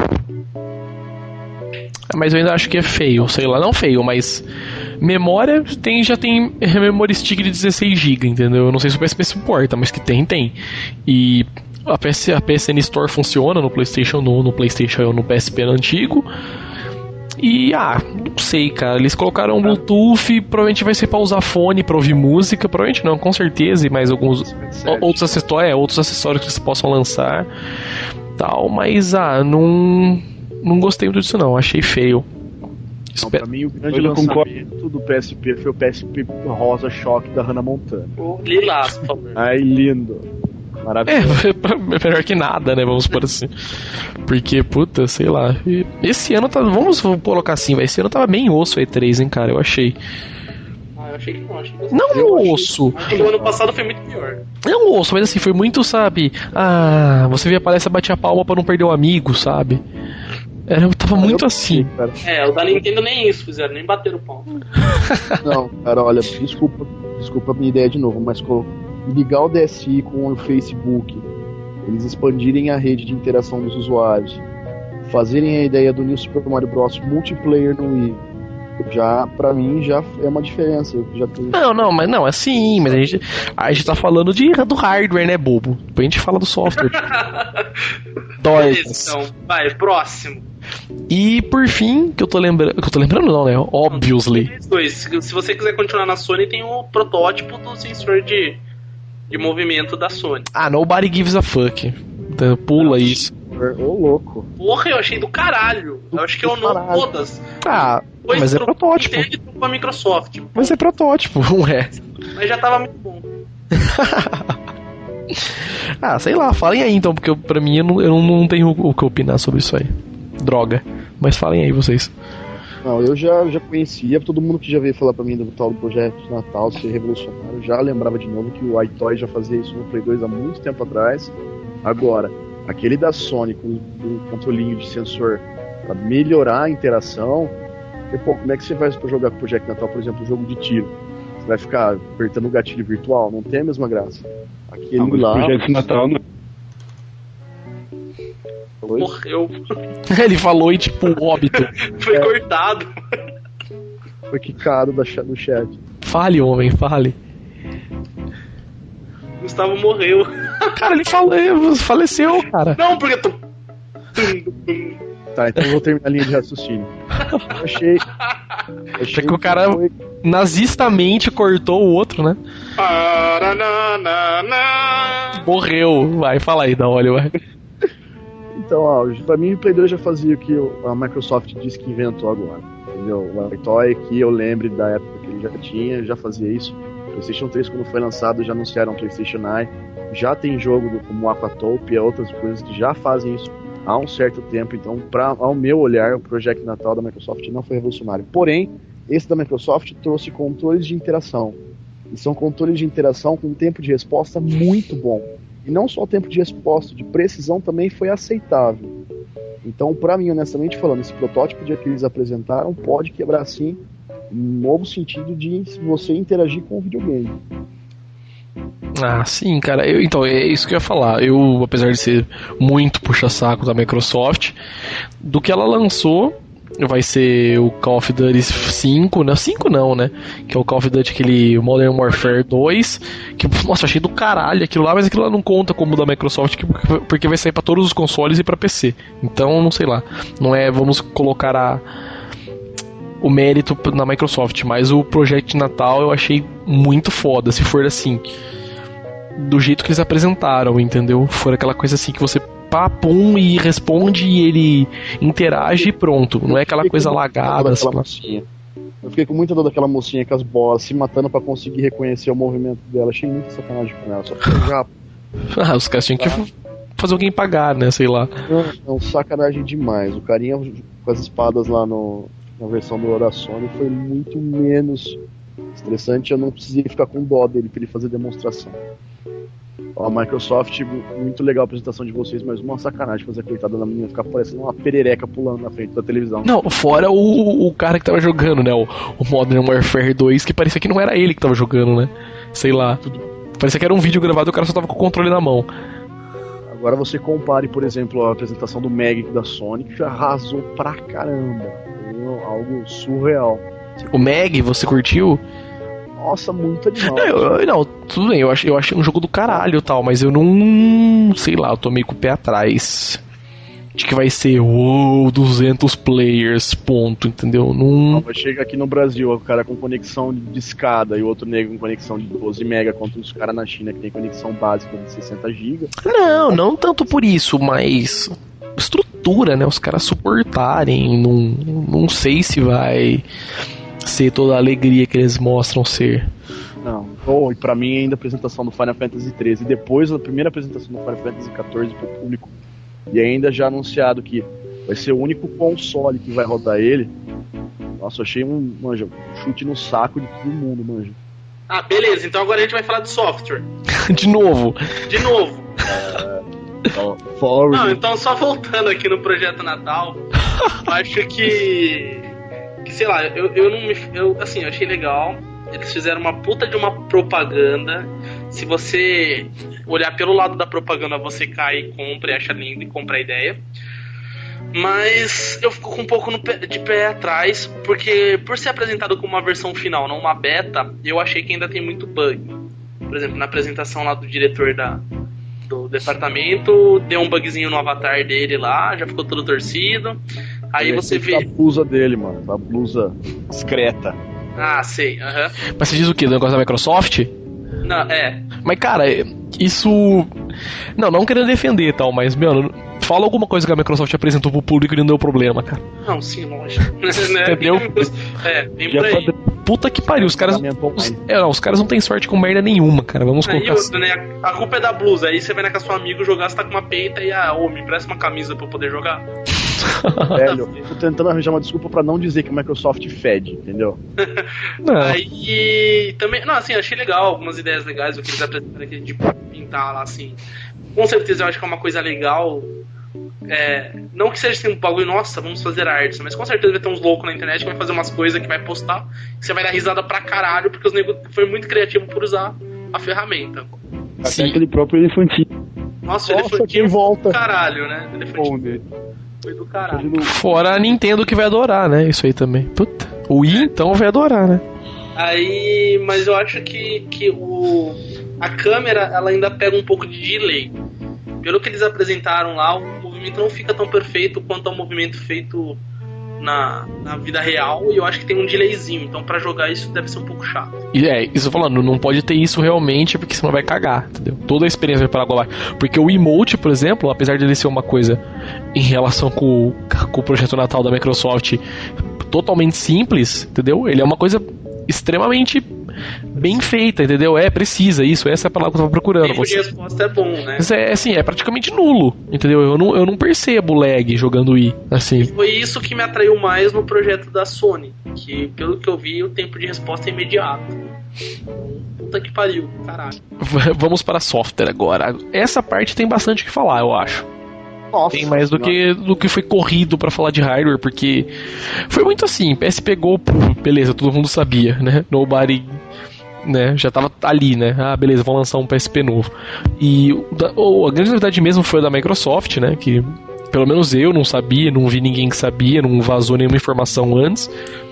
Mas eu ainda acho que é feio, sei lá, não feio, mas memória já tem memory stick de 16 GB, entendeu? Eu não sei se o PSP suporta, mas que tem. E a PSN Store funciona no PlayStation, no PlayStation ou no PSP antigo. E, não sei, cara, eles colocaram Bluetooth, provavelmente vai ser pra usar fone, pra ouvir música, provavelmente não, com certeza, e mais alguns outros acessórios que eles possam lançar, tal, mas, não gostei muito disso não, achei feio. Pra mim, o grande lançamento do PSP foi o PSP Rosa Choque da Hannah Montana. O Lilás, por favor. Ai, lindo. Maravilhoso. É melhor que nada, né? Vamos por assim. Porque, puta, sei lá. Esse ano tá. Vamos colocar assim, esse ano tava bem osso o E3, hein, cara? Eu achei. Eu achei que não, achei que Não um osso. Achei que o ano passado foi muito pior. Não um osso, mas assim, foi muito, sabe? Você via a palestra, batia a palma pra não perder o amigo, sabe? Tava muito assim. Cara. O da Nintendo nem isso fizeram, nem bateram o pau. Não, cara, olha, desculpa a minha ideia de novo, mas ligar o DSi com o Facebook, eles expandirem a rede de interação dos usuários, fazerem a ideia do New Super Mario Bros. Multiplayer no Wii, pra mim, já é uma diferença. Eu já tenho... Não, assim, mas a gente tá falando do hardware, né, bobo? Depois a gente fala do software. Então, vai, próximo. E por fim, que eu tô lembrando não, né? Obviously. Se você quiser continuar na Sony, tem o protótipo do sensor de movimento da Sony. Nobody gives a fuck. Então, pula isso. Ô, louco. Porra, eu achei do caralho. Eu acho que eu não todas. Mas é protótipo. Com a Microsoft. Mas é protótipo, não é? Mas já tava muito bom. Sei lá, falem aí então, porque pra mim eu não tenho o que opinar sobre isso aí. Droga. Mas falem aí vocês. Não, eu já conhecia, todo mundo que já veio falar pra mim do tal do projeto de Natal ser revolucionário, já lembrava de novo que o iToy já fazia isso no Play 2 há muito tempo atrás. Agora, aquele da Sony com o controlinho de sensor pra melhorar a interação, porque, como é que você faz pra jogar com o Project Natal, por exemplo, um jogo de tiro? Você vai ficar apertando o gatilho virtual? Não tem a mesma graça. Aquele lá... O Project Natal não... Morreu. Ele falou e tipo, óbito. Foi cortado. Foi quicado do chat. Fale, homem, fale. Gustavo morreu. Cara, ele faleceu, cara. Não, porque tu... Tá, então eu vou terminar a linha de raciocínio. Eu achei que o cara nazistamente cortou o outro, né? Morreu. Vai, fala aí, dá óleo, vai. Então, pra mim o Play 2 já fazia o que a Microsoft disse que inventou agora. Entendeu? O iToy, que eu lembre da época que ele já tinha, já fazia isso. PlayStation 3, quando foi lançado, já anunciaram o PlayStation Eye. Já tem jogo como Aquatope e outras coisas que já fazem isso há um certo tempo. Então, ao meu olhar, o Project Natal da Microsoft não foi revolucionário. Porém, esse da Microsoft trouxe controles de interação. E são controles de interação com um tempo de resposta muito bom. E não só o tempo de resposta, de precisão também foi aceitável. Então, pra mim, honestamente falando, esse protótipo que eles apresentaram pode quebrar, sim, um novo sentido de você interagir com o videogame. Sim, cara. Então, é isso que eu ia falar. Eu, apesar de ser muito puxa-saco da Microsoft, do que ela lançou, vai ser o Call of Duty 5, né? 5 não, né? Que é o Call of Duty, aquele Modern Warfare 2, que, nossa, achei do caralho aquilo lá, mas aquilo lá não conta como da Microsoft, porque vai sair pra todos os consoles e pra PC. Então, não sei lá. Não é, vamos colocar o mérito na Microsoft, mas o Project Natal eu achei muito foda, se for assim, do jeito que eles apresentaram, entendeu? For aquela coisa assim que você pum e responde e ele interage e pronto. Não é aquela coisa lagada. Assim. Eu fiquei com muita dor daquela mocinha com as bolas se matando pra conseguir reconhecer o movimento dela. Achei muito sacanagem com ela. Só já... os caras tinham que fazer alguém pagar, né? Sei lá. Não, sacanagem demais. O carinha com as espadas lá na versão da Sony foi muito menos estressante. Eu não precisei ficar com dó dele pra ele fazer demonstração. A Microsoft, muito legal a apresentação de vocês, mas uma sacanagem fazer a coitada da menina ficar parecendo uma perereca pulando na frente da televisão. Não, fora o cara que tava jogando, né? O Modern Warfare 2, que parecia que não era ele que tava jogando, né? Sei lá. Parecia que era um vídeo gravado e o cara só tava com o controle na mão. Agora você compare, por exemplo, a apresentação do Meg da Sony, que arrasou pra caramba. Algo surreal. O Meg, você curtiu? Nossa, muito animal. Não, tudo bem, eu achei um jogo do caralho e tal, mas eu não... sei lá, eu tô meio com o pé atrás de que vai ser 200 players, ponto, entendeu? Não, vai chegar aqui no Brasil, o cara com conexão de escada e o outro negro com conexão de 12 mega contra os caras na China que tem conexão básica de 60 GB. Não tanto por isso, mas estrutura, né? Os caras suportarem, não sei se vai... ser toda a alegria que eles mostram ser. Não. E pra mim ainda a apresentação do Final Fantasy XIII, depois da primeira apresentação do Final Fantasy XIV pro público, e ainda já anunciado que vai ser o único console que vai rodar ele. Nossa, eu achei um chute no saco de todo mundo, manja. Ah, beleza, então agora a gente vai falar de software. De novo. Não, então só voltando aqui no Projeto Natal, eu acho que sei lá, eu achei legal. Eles fizeram uma puta de uma propaganda. Se você olhar pelo lado da propaganda, você cai e compra e acha lindo e compra a ideia. Mas eu fico com um pouco de pé atrás, porque por ser apresentado como uma versão final, não uma beta, eu achei que ainda tem muito bug. Por exemplo, na apresentação lá do diretor do departamento, deu um bugzinho no avatar dele lá, já ficou todo torcido. Aí você vê... A blusa dele, mano, a blusa discreta. Ah, sei, Mas você diz o quê? Do negócio da Microsoft? Não, é. Mas, cara, isso... Não querendo defender e tal, mas, meu, fala alguma coisa que a Microsoft apresentou pro público e não deu problema, cara. Não, sim, lógico. Entendeu? Bem por aí. Puta que pariu, os caras não têm sorte com merda nenhuma, cara. Vamos colocar outra, né? A culpa é da blusa. Aí você vai na casa do seu amigo jogar, você tá com uma peita e me empresta uma camisa pra eu poder jogar. Velho, tô tentando arranjar uma desculpa pra não dizer que a Microsoft fede, entendeu? Aí também, achei legal, algumas ideias legais, o que eles apresentaram aqui de pintar lá, assim. Com certeza eu acho que é uma coisa legal. Não que seja assim um bagulho, nossa, vamos fazer arte, mas com certeza vai ter uns loucos na internet que vai fazer umas coisas que vai postar, que você vai dar risada pra caralho, porque os negros foi muito criativo por usar a ferramenta. Até aquele próprio elefantinho. Nossa, o elefantinho volta. Do caralho, né? O elefantinho foi do caralho. Fora a Nintendo que vai adorar, né? Isso aí também. Puta. O Wii então vai adorar, né? Aí, mas eu acho que a câmera ela ainda pega um pouco de delay. Pelo que eles apresentaram lá, o movimento não fica tão perfeito quanto o movimento feito na vida real, e eu acho que tem um delayzinho, então pra jogar isso deve ser um pouco chato. Isso falando, não pode ter isso realmente, porque senão vai cagar, entendeu? Toda a experiência vai parar igual. Porque o emote, por exemplo, apesar de ele ser uma coisa em relação com o projeto Natal da Microsoft totalmente simples, entendeu? Ele é uma coisa extremamente bem feita, entendeu? Precisa, essa é a palavra que eu tava procurando. O tempo de resposta é bom, né? Mas é praticamente nulo, entendeu? Eu não percebo lag jogando Wii, assim. E foi isso que me atraiu mais no projeto da Sony, que pelo que eu vi, o tempo de resposta é imediato. Puta que pariu, caralho. Vamos para software agora. Essa parte tem bastante o que falar, eu acho. Nossa, tem mais do que foi corrido pra falar de hardware, porque foi muito assim, PS pegou, beleza, todo mundo sabia, né? Nobody, né, já tava ali, né? Ah, beleza, vão lançar um PSP novo. E a grande novidade mesmo foi a da Microsoft, né? Que pelo menos eu não sabia, não vi ninguém que sabia, não vazou nenhuma informação antes.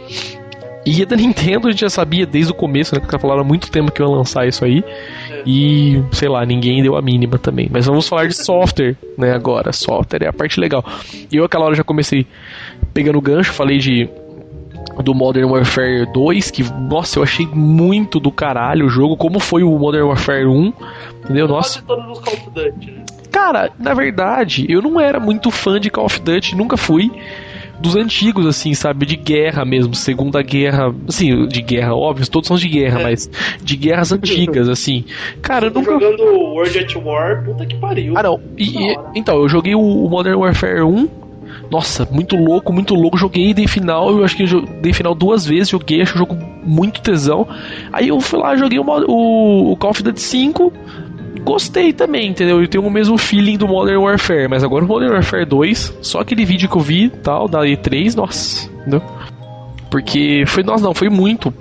E a da Nintendo a gente já sabia desde o começo, né? Porque falaram há muito tempo que iam lançar isso aí. E, sei lá, ninguém deu a mínima também. Mas vamos falar de software, né, agora. Software é a parte legal. E eu, aquela hora, já comecei pegando o gancho, falei do Modern Warfare 2, que, nossa, eu achei muito do caralho o jogo, como foi o Modern Warfare 1, entendeu? Nossa. Quase todos os Call of Duty, né? Cara, na verdade, eu não era muito fã de Call of Duty, nunca fui. Dos antigos, assim, sabe? De guerra mesmo, Segunda Guerra. Assim, de guerra, óbvio, todos são de guerra, mas de guerras antigas, assim. Cara, eu nunca. Jogando World at War, puta que pariu. Ah, não. Então, eu joguei o Modern Warfare 1. Nossa, muito louco. Joguei, dei final. Eu acho que dei final 2 vezes. Joguei, acho o jogo muito tesão. Aí eu fui lá, joguei o Call of Duty 5. Gostei também, entendeu? Eu tenho o mesmo feeling do Modern Warfare, mas agora o Modern Warfare 2, só aquele vídeo que eu vi, tal, da E3, nossa, entendeu? Porque foi muito,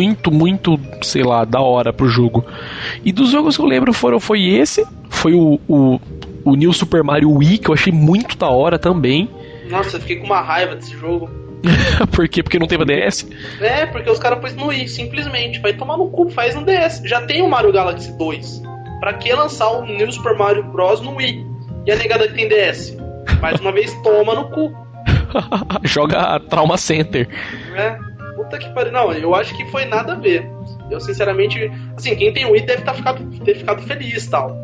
sei lá, da hora pro jogo. E dos jogos que eu lembro foi esse, foi o New Super Mario Wii, que eu achei muito da hora também. Nossa, eu fiquei com uma raiva desse jogo. Por quê? Porque não teve DS? Porque os caras pôs no Wii, simplesmente. Vai tomar no cu, faz no DS. Já tem o Mario Galaxy 2. Pra que lançar o New Super Mario Bros. No Wii? E a negada que tem DS? Mais uma vez, toma no cu. Joga Trauma Center. Puta que pariu. Não, eu acho que foi nada a ver. Eu, sinceramente, assim, quem tem Wii deve ter ficado feliz e tal.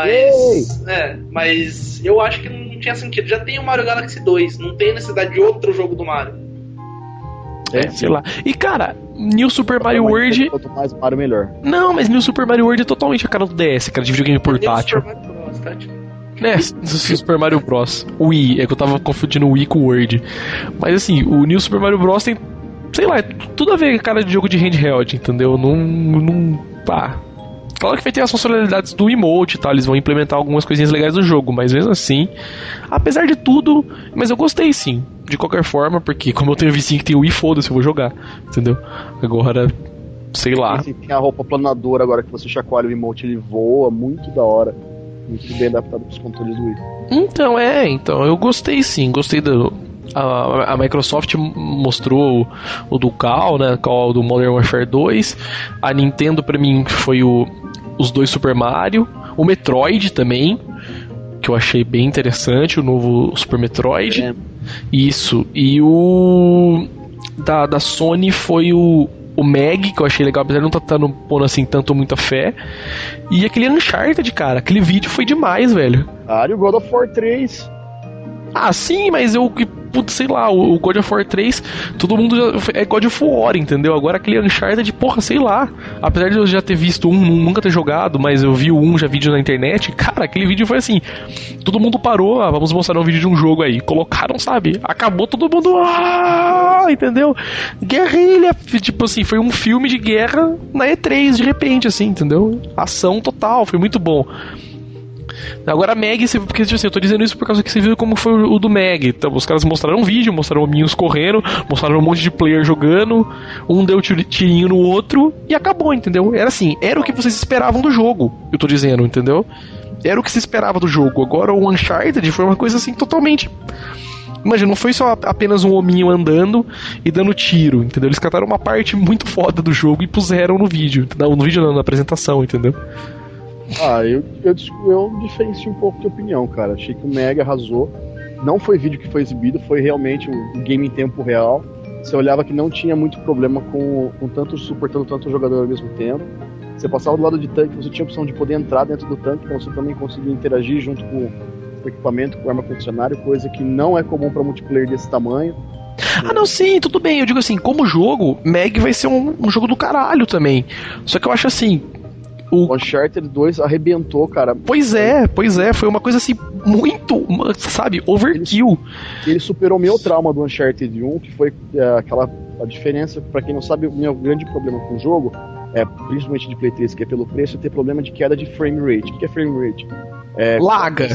Mas eu acho que não tinha sentido. Já tem o Mario Galaxy 2, não tem necessidade de outro jogo do Mario. sei lá. E cara, New Super Mario World. Quanto mais Mario, melhor. Não, mas New Super Mario World é totalmente a cara do DS, cara, de videogame portátil. New Super Mario Bros, tátil. Super Mario Bros. Wii, é que eu tava confundindo o Wii com o Word. Mas assim, o New Super Mario Bros tem, sei lá, tudo a ver com cara de jogo de handheld, entendeu? Pá. Claro que vai ter as funcionalidades do emote e tal, eles vão implementar algumas coisinhas legais do jogo, mas mesmo assim, apesar de tudo, mas eu gostei sim, de qualquer forma, porque como eu tenho vizinho que tem o Wii, foda-se, eu vou jogar, entendeu? Agora, sei lá. Assim, tem a roupa planadora agora que você chacoalha o emote, ele voa, muito da hora, muito bem adaptado pros controles do Wii. Então, eu gostei sim, gostei do... A Microsoft mostrou o do Call, né? Call do Modern Warfare 2. A Nintendo, pra mim, foi os dois Super Mario. O Metroid também, que eu achei bem interessante, o novo Super Metroid. Isso. E o da Sony foi o Meg, que eu achei legal, apesar de não estar pondo assim tanto muita fé. E aquele Uncharted, cara, aquele vídeo foi demais, velho. E o God of War 3. Ah, sim, mas putz, sei lá, o God of War 3, todo mundo é God of War, entendeu? Agora aquele Uncharted, porra, sei lá. Apesar de eu já ter visto nunca ter jogado, mas eu vi já vídeo na internet, cara, aquele vídeo foi assim, todo mundo parou, vamos mostrar um vídeo de um jogo aí. Colocaram, sabe? Acabou todo mundo, entendeu? Guerrilha, tipo assim, foi um filme de guerra na E3, de repente, assim, entendeu? Ação total, foi muito bom. Agora a Meg, porque assim, eu tô dizendo isso por causa que você viu como foi o do Meg. Então, os caras mostraram um vídeo, mostraram hominhos correndo, mostraram um monte de player jogando, um deu tirinho no outro e acabou, entendeu? Era assim, era o que vocês esperavam do jogo, eu tô dizendo, entendeu? Era o que se esperava do jogo. Agora o Uncharted foi uma coisa assim totalmente... Imagina, não foi só apenas um hominho andando e dando tiro, entendeu? Eles cataram uma parte muito foda do jogo e puseram no vídeo. No vídeo não, na apresentação, entendeu? Eu diferencio um pouco de opinião, cara. Achei que o Mega arrasou. Não foi vídeo que foi exibido, foi realmente um game em tempo real. Você olhava que não tinha muito problema com suportando tanto jogador ao mesmo tempo. Você passava do lado de tanque, você tinha a opção de poder entrar dentro do tanque, então você também conseguia interagir junto com o equipamento, com o arma condicionário, coisa que não é comum para multiplayer desse tamanho. Não, sim, tudo bem. Eu digo assim, como jogo, Meg vai ser um jogo do caralho também. Só que eu acho assim... O Uncharted 2 arrebentou, cara. Pois é, foi uma coisa assim, muito, sabe, overkill. Ele superou meu trauma do Uncharted 1, que foi a diferença, pra quem não sabe, o meu grande problema com o jogo, principalmente de Play 3, que é pelo preço, é ter problema de queda de frame rate. O que é frame rate? Laga,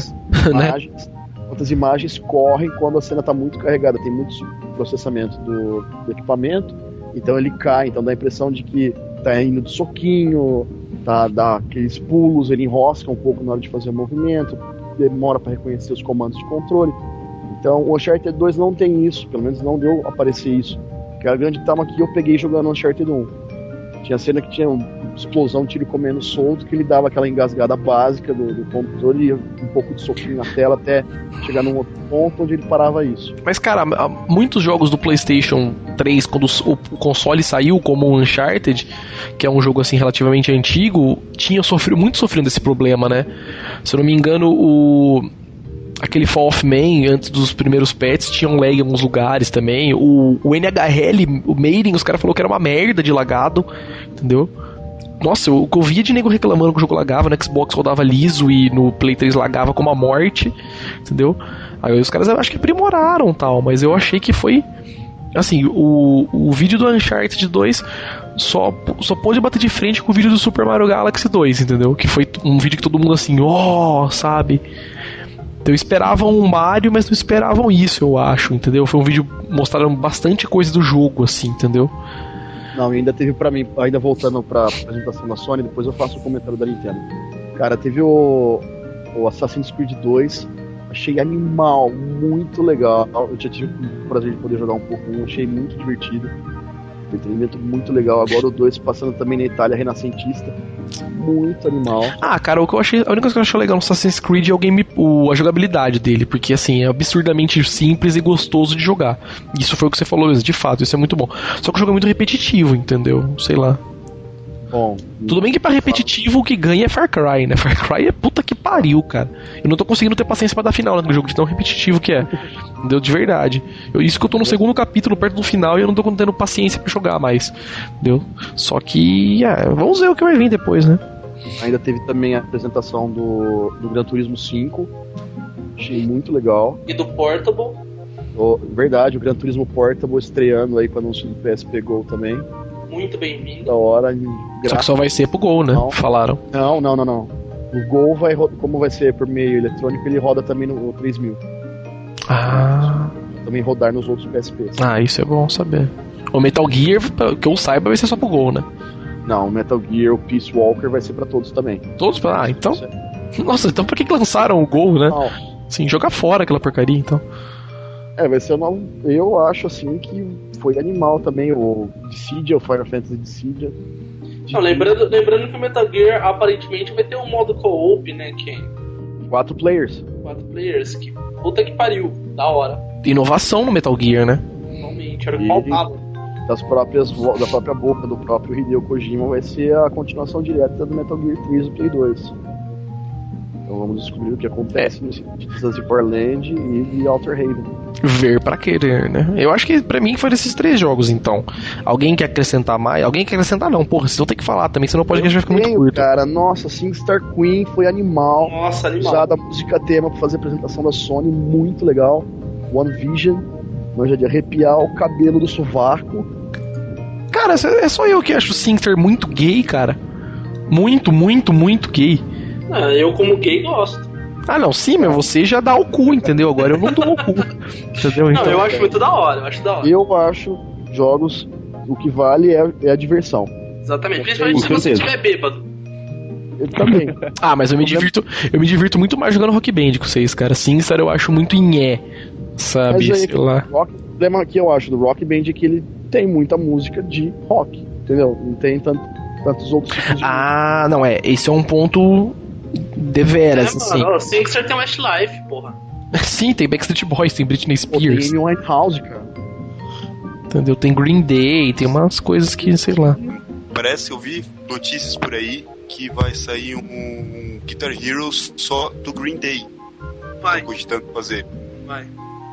quantas imagens correm quando a cena tá muito carregada, tem muito processamento do equipamento, então ele cai, então dá a impressão de que tá indo de soquinho, dá aqueles pulos, ele enrosca um pouco na hora de fazer o movimento, demora para reconhecer os comandos de controle. Então o Uncharted 2 não tem isso, pelo menos não deu aparecer isso, que é a grande trauma que eu peguei jogando Uncharted 1. Tinha cena que tinha explosão, tiro comendo solto, que ele dava aquela engasgada básica do controle e um pouco de soquinho na tela até chegar num outro ponto onde ele parava isso. Mas cara, muitos jogos do PlayStation 3, quando o console saiu, como o Uncharted, que é um jogo assim relativamente antigo, muito sofrendo desse problema, né? Se eu não me engano, aquele Fall of Man, antes dos primeiros patches, tinha um lag em alguns lugares também. O NHL, o Maiden, os caras falaram que era uma merda de lagado, entendeu? Nossa, o que eu via de nego reclamando que o jogo lagava, no Xbox rodava liso e no Play 3 lagava como a morte, entendeu? Aí os caras eu acho que aprimoraram tal, mas eu achei que foi... Assim, o vídeo do Uncharted 2 só pôde bater de frente com o vídeo do Super Mario Galaxy 2, entendeu? Que foi um vídeo que todo mundo assim, sabe... Então esperavam um Mario, mas não esperavam isso, eu acho, entendeu? Foi um vídeo, mostraram bastante coisa do jogo, assim, entendeu? Não, ainda teve pra mim, ainda voltando pra apresentação da Sony, depois eu faço o comentário da Nintendo. Cara, teve o Assassin's Creed 2, achei animal, muito legal. Eu já tive o prazer de poder jogar um pouco, achei muito divertido. Entretenimento muito legal. Agora o 2 passando também na Itália renascentista. Muito animal. Cara, a única coisa que eu achei legal no Assassin's Creed é a jogabilidade dele, porque assim, é absurdamente simples e gostoso de jogar. Isso foi o que você falou mesmo, de fato, isso é muito bom. Só que o jogo é muito repetitivo, entendeu? Sei lá. Bom, Tudo bem que pra repetitivo o que ganha é Far Cry, né? Far Cry é puta que pariu, cara. Eu não tô conseguindo ter paciência pra dar final no jogo de tão repetitivo que é. Entendeu? De verdade. Isso que eu tô no segundo capítulo, perto do final, e eu não tô tendo paciência pra jogar mais. Entendeu? Só que, vamos ver o que vai vir depois, né? ainda teve também a apresentação do Gran Turismo 5. Achei muito legal. E do Portable. Verdade, o Gran Turismo Portable estreando aí com o anúncio do PSP Go também. Muito bem-vindo. Da hora. Só que só vai ser pro Gol, né? Não. Falaram. Não. O Gol como vai ser por meio eletrônico, ele roda também no 3000. Ah. Também rodar nos outros PSP. Ah, isso é bom saber. O Metal Gear, que eu saiba, vai ser só pro Gol, né? Não, o Metal Gear, o Peace Walker vai ser pra todos também. Todos pra... Ah, então... Nossa, então por que lançaram o Gol, né? Não. Sim, jogar fora aquela porcaria, então. Vai ser o novo... Eu acho, assim, que foi animal também o Dissidia, o Final Fantasy Dissidia. Não, lembrando que o Metal Gear aparentemente vai ter um modo co-op, né, Ken? 4 players. 4 players, que puta que pariu, da hora. Inovação no Metal Gear, né? Realmente, era o que faltava. Da própria boca do próprio Hideo Kojima vai ser a continuação direta do Metal Gear 3 do Play 2. Então vamos descobrir o que acontece nesse Sunset Land e Outer Haven. Ver pra querer, né? Eu acho que pra mim foram esses 3 jogos, então. Alguém quer acrescentar mais? Alguém quer acrescentar? Não, porra, vocês vão ter que falar também, senão o podcast vai ficar muito curto. Cara, nossa, SingStar Queen foi animal. Nossa, animal. Usada a música tema pra fazer a apresentação da Sony, muito legal. One Vision, manja de arrepiar o cabelo do sovaco. Cara, é só eu que acho o SingStar muito gay, cara. Muito gay. Eu como gay gosto. Ah, não, sim, mas você já dá o cu, entendeu? Agora eu não dou o cu. Entendeu? Então, Não, eu acho muito da hora, Eu acho jogos, o que vale é a diversão. Exatamente, principalmente se você estiver bêbado. Eu também. mas eu me divirto muito mais jogando Rock Band com vocês, cara. SingStar eu acho muito inhé, sabe? Mas aí, sei lá. O problema que eu acho do Rock Band é que ele tem muita música de rock, entendeu? Não tem tantos outros tipos de música. Não, esse é um ponto deveras, assim. Mano, o SingStar tem Westlife, porra. Sim, tem Backstreet Boys, tem Britney Spears. Tem Amy Winehouse, cara. Entendeu? Tem Green Day, tem umas coisas que, sei lá. Parece, eu vi notícias por aí que vai sair um Guitar Hero só do Green Day. Vai. Tô cogitando fazer. Vai.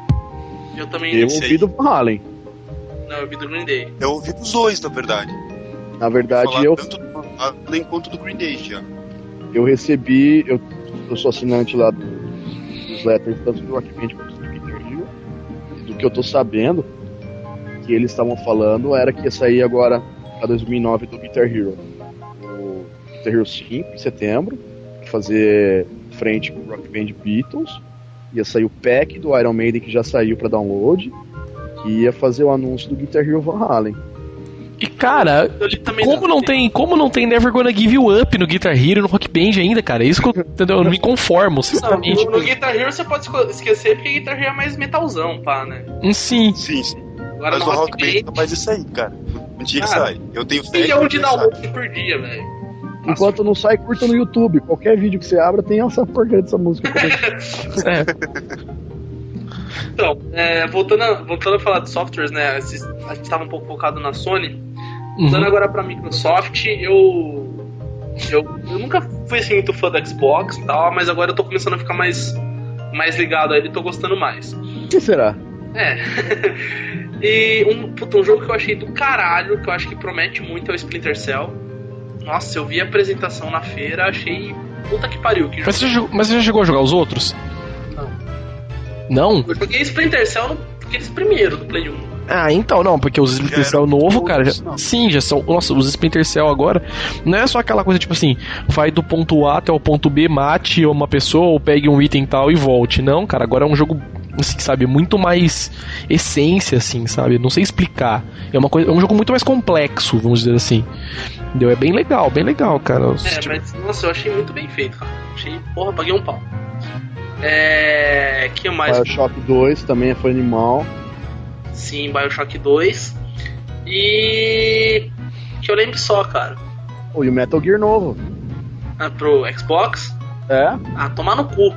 Eu também... Eu ouvi do Van Halen. Não, eu ouvi do Green Day. Eu ouvi dos dois, na verdade. Na verdade, tanto do Van Halen quanto do Green Day já. Eu recebi... Eu sou assinante lá dos letters, tanto do Rock Band quanto do Guitar Hero. Do que eu tô sabendo, que eles estavam falando, era que ia sair agora a 2009 do Guitar Hero. O Guitar Hero 5, em setembro, fazer frente com o Rock Band Beatles. Ia sair o pack do Iron Maiden, que já saiu para download, que ia fazer o anúncio do Guitar Hero Van Halen. E cara, como não tem Never Gonna Give You Up no Guitar Hero e no Rock Band ainda, cara? Isso que eu não me conformo, sinceramente. No Guitar Hero você pode esquecer, porque Guitar Hero é mais metalzão, pá, né? Sim. Agora mas o Rock Band faz isso aí, cara. Um dia que sai. Eu tenho fé. Milhão de downloads por dia, velho. Enquanto não sai, curta no YouTube. Qualquer vídeo que você abra tem essa porcaria dessa música. Então, voltando a falar de softwares, né? A gente estava um pouco focado na Sony. Voltando agora pra Microsoft, eu nunca fui assim muito fã da Xbox e tal, mas agora eu tô começando a ficar mais ligado a ele e tô gostando mais. O que será? E um jogo que eu achei do caralho, que eu acho que promete muito, é o Splinter Cell. Nossa, eu vi a apresentação na feira, achei puta que pariu. Mas você já chegou a jogar os outros? Não? Eu joguei Splinter Cell naqueles primeiros do Play 1. Então, não, porque os Splinter Cell novo, cara, já são... Nossa, os Splinter Cell agora não é só aquela coisa, tipo assim, vai do ponto A até o ponto B, mate uma pessoa ou pegue um item tal e volte. Não, cara, agora é um jogo, assim, sabe, muito mais essência, assim, sabe? Não sei explicar. É um jogo muito mais complexo, vamos dizer assim. Entendeu? É bem legal, cara. Mas, nossa, eu achei muito bem feito, cara. Paguei um pau. Que mais? BioShock 2 também foi animal. Sim, BioShock 2. E... que eu lembro só, cara. E o Metal Gear novo. Pro Xbox? Tomar no cu.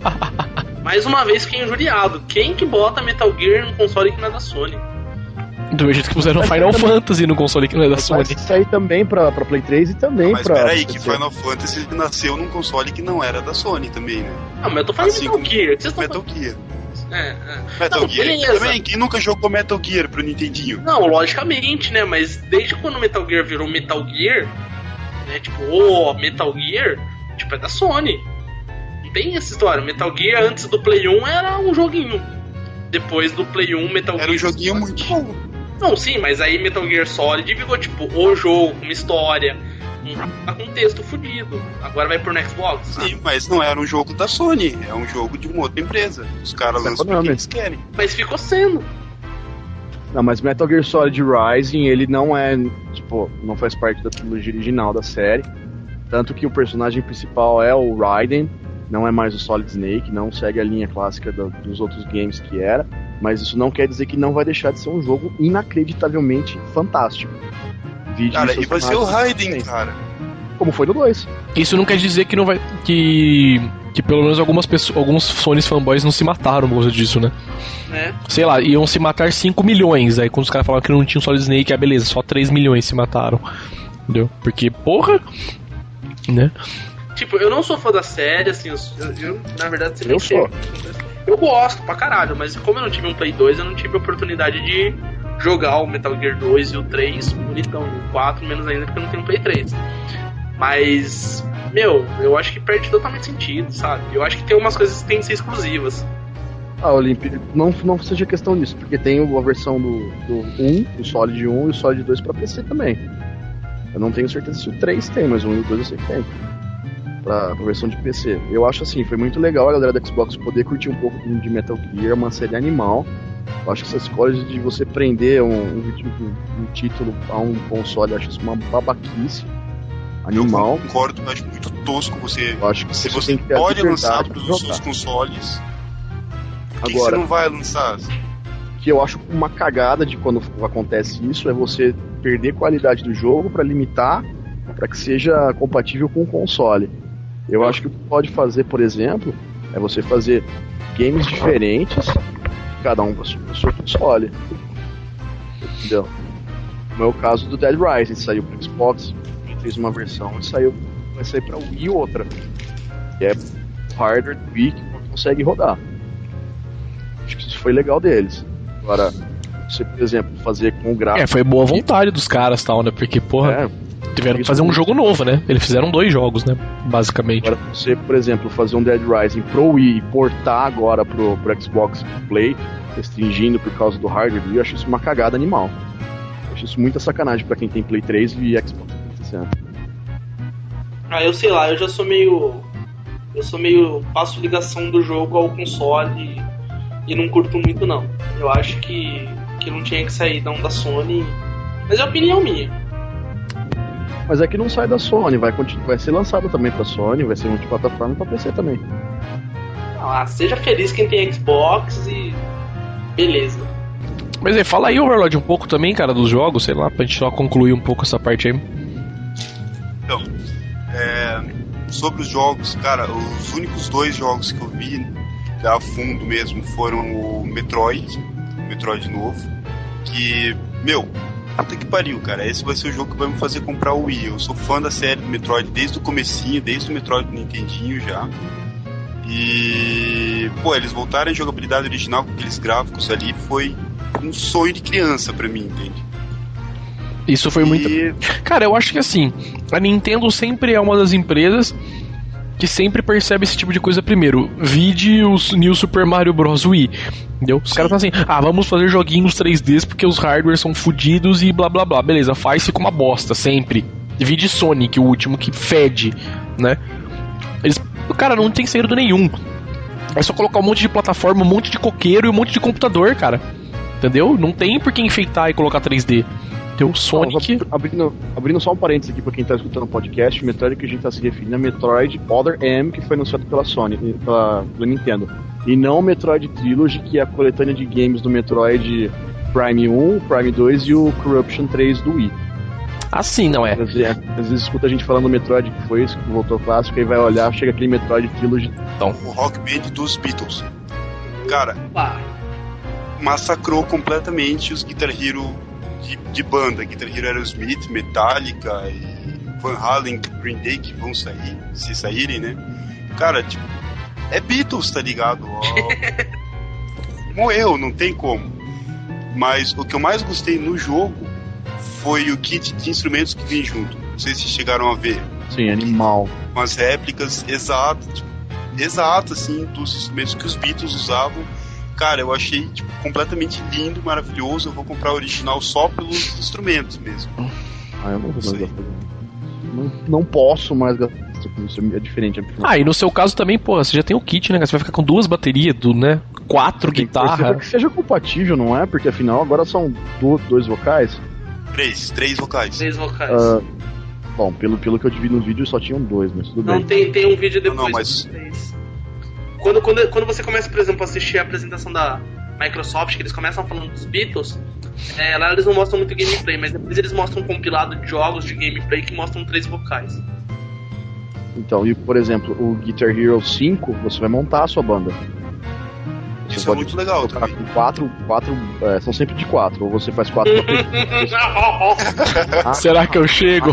Mais uma vez fiquei injuriado. Quem que bota Metal Gear no console que não é da Sony? Do mesmo jeito que puseram Final Fantasy no console que não é da Sony. Vai sair também pra Play 3 e também Mas pra... peraí, que Final Fantasy nasceu num console que não era da Sony também, né? Não, mas eu tô falando de Metal Gear. Que vocês Metal Gear. Metal Gear beleza. também, quem nunca jogou Metal Gear pro Nintendinho? Não, logicamente, né? Mas desde quando o Metal Gear virou Metal Gear, né? Tipo, Metal Gear, tipo, é da Sony. Não tem essa história. Metal Gear antes do Play 1 era um joguinho. Depois do Play 1, Metal Gear... Era um joguinho muito bom. Não, sim, mas aí Metal Gear Solid ficou, tipo, o jogo, com uma história, com um texto fudido. Agora vai pro Xbox. Sim, mas não era um jogo da Sony, é um jogo de uma outra empresa. Os caras lançam porque eles querem. Mas ficou sendo. Não, mas Metal Gear Solid Rising, ele não é, tipo, não faz parte da trilogia original da série. Tanto que o personagem principal é o Raiden, não é mais o Solid Snake, não segue a linha clássica dos outros games que era. Mas isso não quer dizer que não vai deixar de ser um jogo inacreditavelmente fantástico. Cara, e vai ser o Raiden, cara. Como foi no 2. Isso não quer dizer que não vai... Que pelo menos alguns Sony fanboys não se mataram por causa disso, né? É. Sei lá, iam se matar 5 milhões. Aí quando os caras falaram que não tinha um Solid Snake, beleza, só 3 milhões se mataram. Entendeu? Porque, porra... Né? Tipo, eu não sou fã da série, assim, eu na verdade... Eu sou. Eu gosto pra caralho, mas como eu não tive um Play 2, eu não tive a oportunidade de jogar o Metal Gear 2 e o 3 bonitão, e o 4 menos ainda porque eu não tenho um Play 3. Mas, eu acho que perde totalmente sentido, sabe? Eu acho que tem umas coisas que tem que ser exclusivas. Olimp, não seja questão disso, porque tem a versão do 1, do Solid 1 e o Solid 2 pra PC também. Eu não tenho certeza se o 3 tem, mas o 1 e o 2 eu sei que tem. Pra versão de PC. Eu acho assim, foi muito legal a galera da Xbox poder curtir um pouco de Metal Gear, uma série animal. Eu acho que essas coisas de você prender um título a um console, eu acho isso uma babaquice animal. Eu concordo, mas acho muito tosco você. Eu acho que se você pode lançar para os seus consoles, por que você não vai lançar? Que eu acho uma cagada de quando acontece isso é você perder qualidade do jogo para limitar para que seja compatível com o console. Eu acho que o que pode fazer, por exemplo, é você fazer games diferentes, cada um para o seu console. Entendeu? Como é o caso do Dead Rising, saiu para Xbox, fez uma versão e vai sair para Wii outra. Que é hardware do Wii que não consegue rodar. Acho que isso foi legal deles. Agora, você, por exemplo, fazer com o gráfico... foi boa vontade dos caras, tal, né? Porque, porra... Tiveram que fazer um jogo novo, né? Eles fizeram 2 jogos, né? Basicamente. Agora, você, por exemplo, fazer um Dead Rising pro Wii e portar agora pro Xbox Play, restringindo por causa do hardware, eu acho isso uma cagada animal. Eu acho isso muita sacanagem pra quem tem Play 3 e Xbox 360. Eu sei lá, eu sou meio passo ligação do jogo ao console e não curto muito, não. Eu acho que não tinha que sair da Sony, mas é opinião minha. Mas é que não sai da Sony, vai ser lançado também pra Sony, vai ser multiplataforma pra PC também. Seja feliz quem tem Xbox e beleza. Mas aí, fala aí, Overlord, um pouco também, cara, dos jogos, sei lá, pra gente só concluir um pouco essa parte aí. Então, sobre os jogos, cara, os únicos 2 jogos que eu vi a fundo mesmo foram o Metroid novo, que, puta que pariu, cara. Esse vai ser o jogo que vai me fazer comprar o Wii. Eu sou fã da série do Metroid desde o comecinho, desde o Metroid do Nintendinho já. E... eles voltaram à jogabilidade original com aqueles gráficos ali. Foi um sonho de criança pra mim, entende? Isso foi muito... Cara, eu acho que assim, a Nintendo sempre é uma das empresas que sempre percebe esse tipo de coisa primeiro. Vide os New Super Mario Bros. Wii. Entendeu? Os caras estão assim, vamos fazer joguinhos 3Ds porque os hardwares são fodidos e blá blá blá. Beleza, faz fica uma bosta, sempre. Vide Sonic, o último, que fede, né? Cara, não tem segredo nenhum. É só colocar um monte de plataforma, um monte de coqueiro e um monte de computador, cara. Entendeu? Não tem por que enfeitar e colocar 3D. O Sonic... Abrindo só um parênteses aqui pra quem tá escutando o podcast, o Metroid que a gente tá se referindo é Metroid Other M, que foi anunciado pela Sony, pela Nintendo. E não o Metroid Trilogy, que é a coletânea de games do Metroid Prime 1, Prime 2 e o Corruption 3 do Wii. Assim, não é? Às vezes escuta a gente falando do Metroid que foi isso, que voltou clássico, aí vai olhar, chega aquele Metroid Trilogy. Então, o Rock Band dos Beatles. Cara, massacrou completamente os Guitar Hero de banda. Guitar Hero Aerosmith, Metallica e Van Halen, Green Day, que vão sair, se saírem, né? Cara, tipo, é Beatles, tá ligado? Morreu, não tem como. Mas o que eu mais gostei no jogo foi o kit de instrumentos que vem junto. Não sei se chegaram a ver. Sim, animal. Umas réplicas exatas, assim, dos instrumentos que os Beatles usavam. Cara, eu achei tipo, completamente lindo, maravilhoso. Eu vou comprar o original só pelos instrumentos mesmo. Eu não vou mais gastar. Não posso mais gastar com isso, é diferente. E no seu caso também, pô, você já tem o kit, né? Você vai ficar com 2 baterias, 4 guitarras. Que seja compatível, não é? Porque afinal agora são 2 vocais. 3 vocais. 3 vocais. Bom, pelo que eu vi no vídeo só tinham 2, mas tudo bem. Não, tem um vídeo depois. Não, mas... 3. Quando você começa, por exemplo, a assistir a apresentação da Microsoft, que eles começam falando dos Beatles, lá eles não mostram muito gameplay, mas depois eles mostram um compilado de jogos de gameplay que mostram 3 vocais. Então, e por exemplo, o Guitar Hero 5, você vai montar a sua banda. Você Isso pode é muito legal também. Com 4, são sempre de 4, ou você faz 4 Será que eu chego?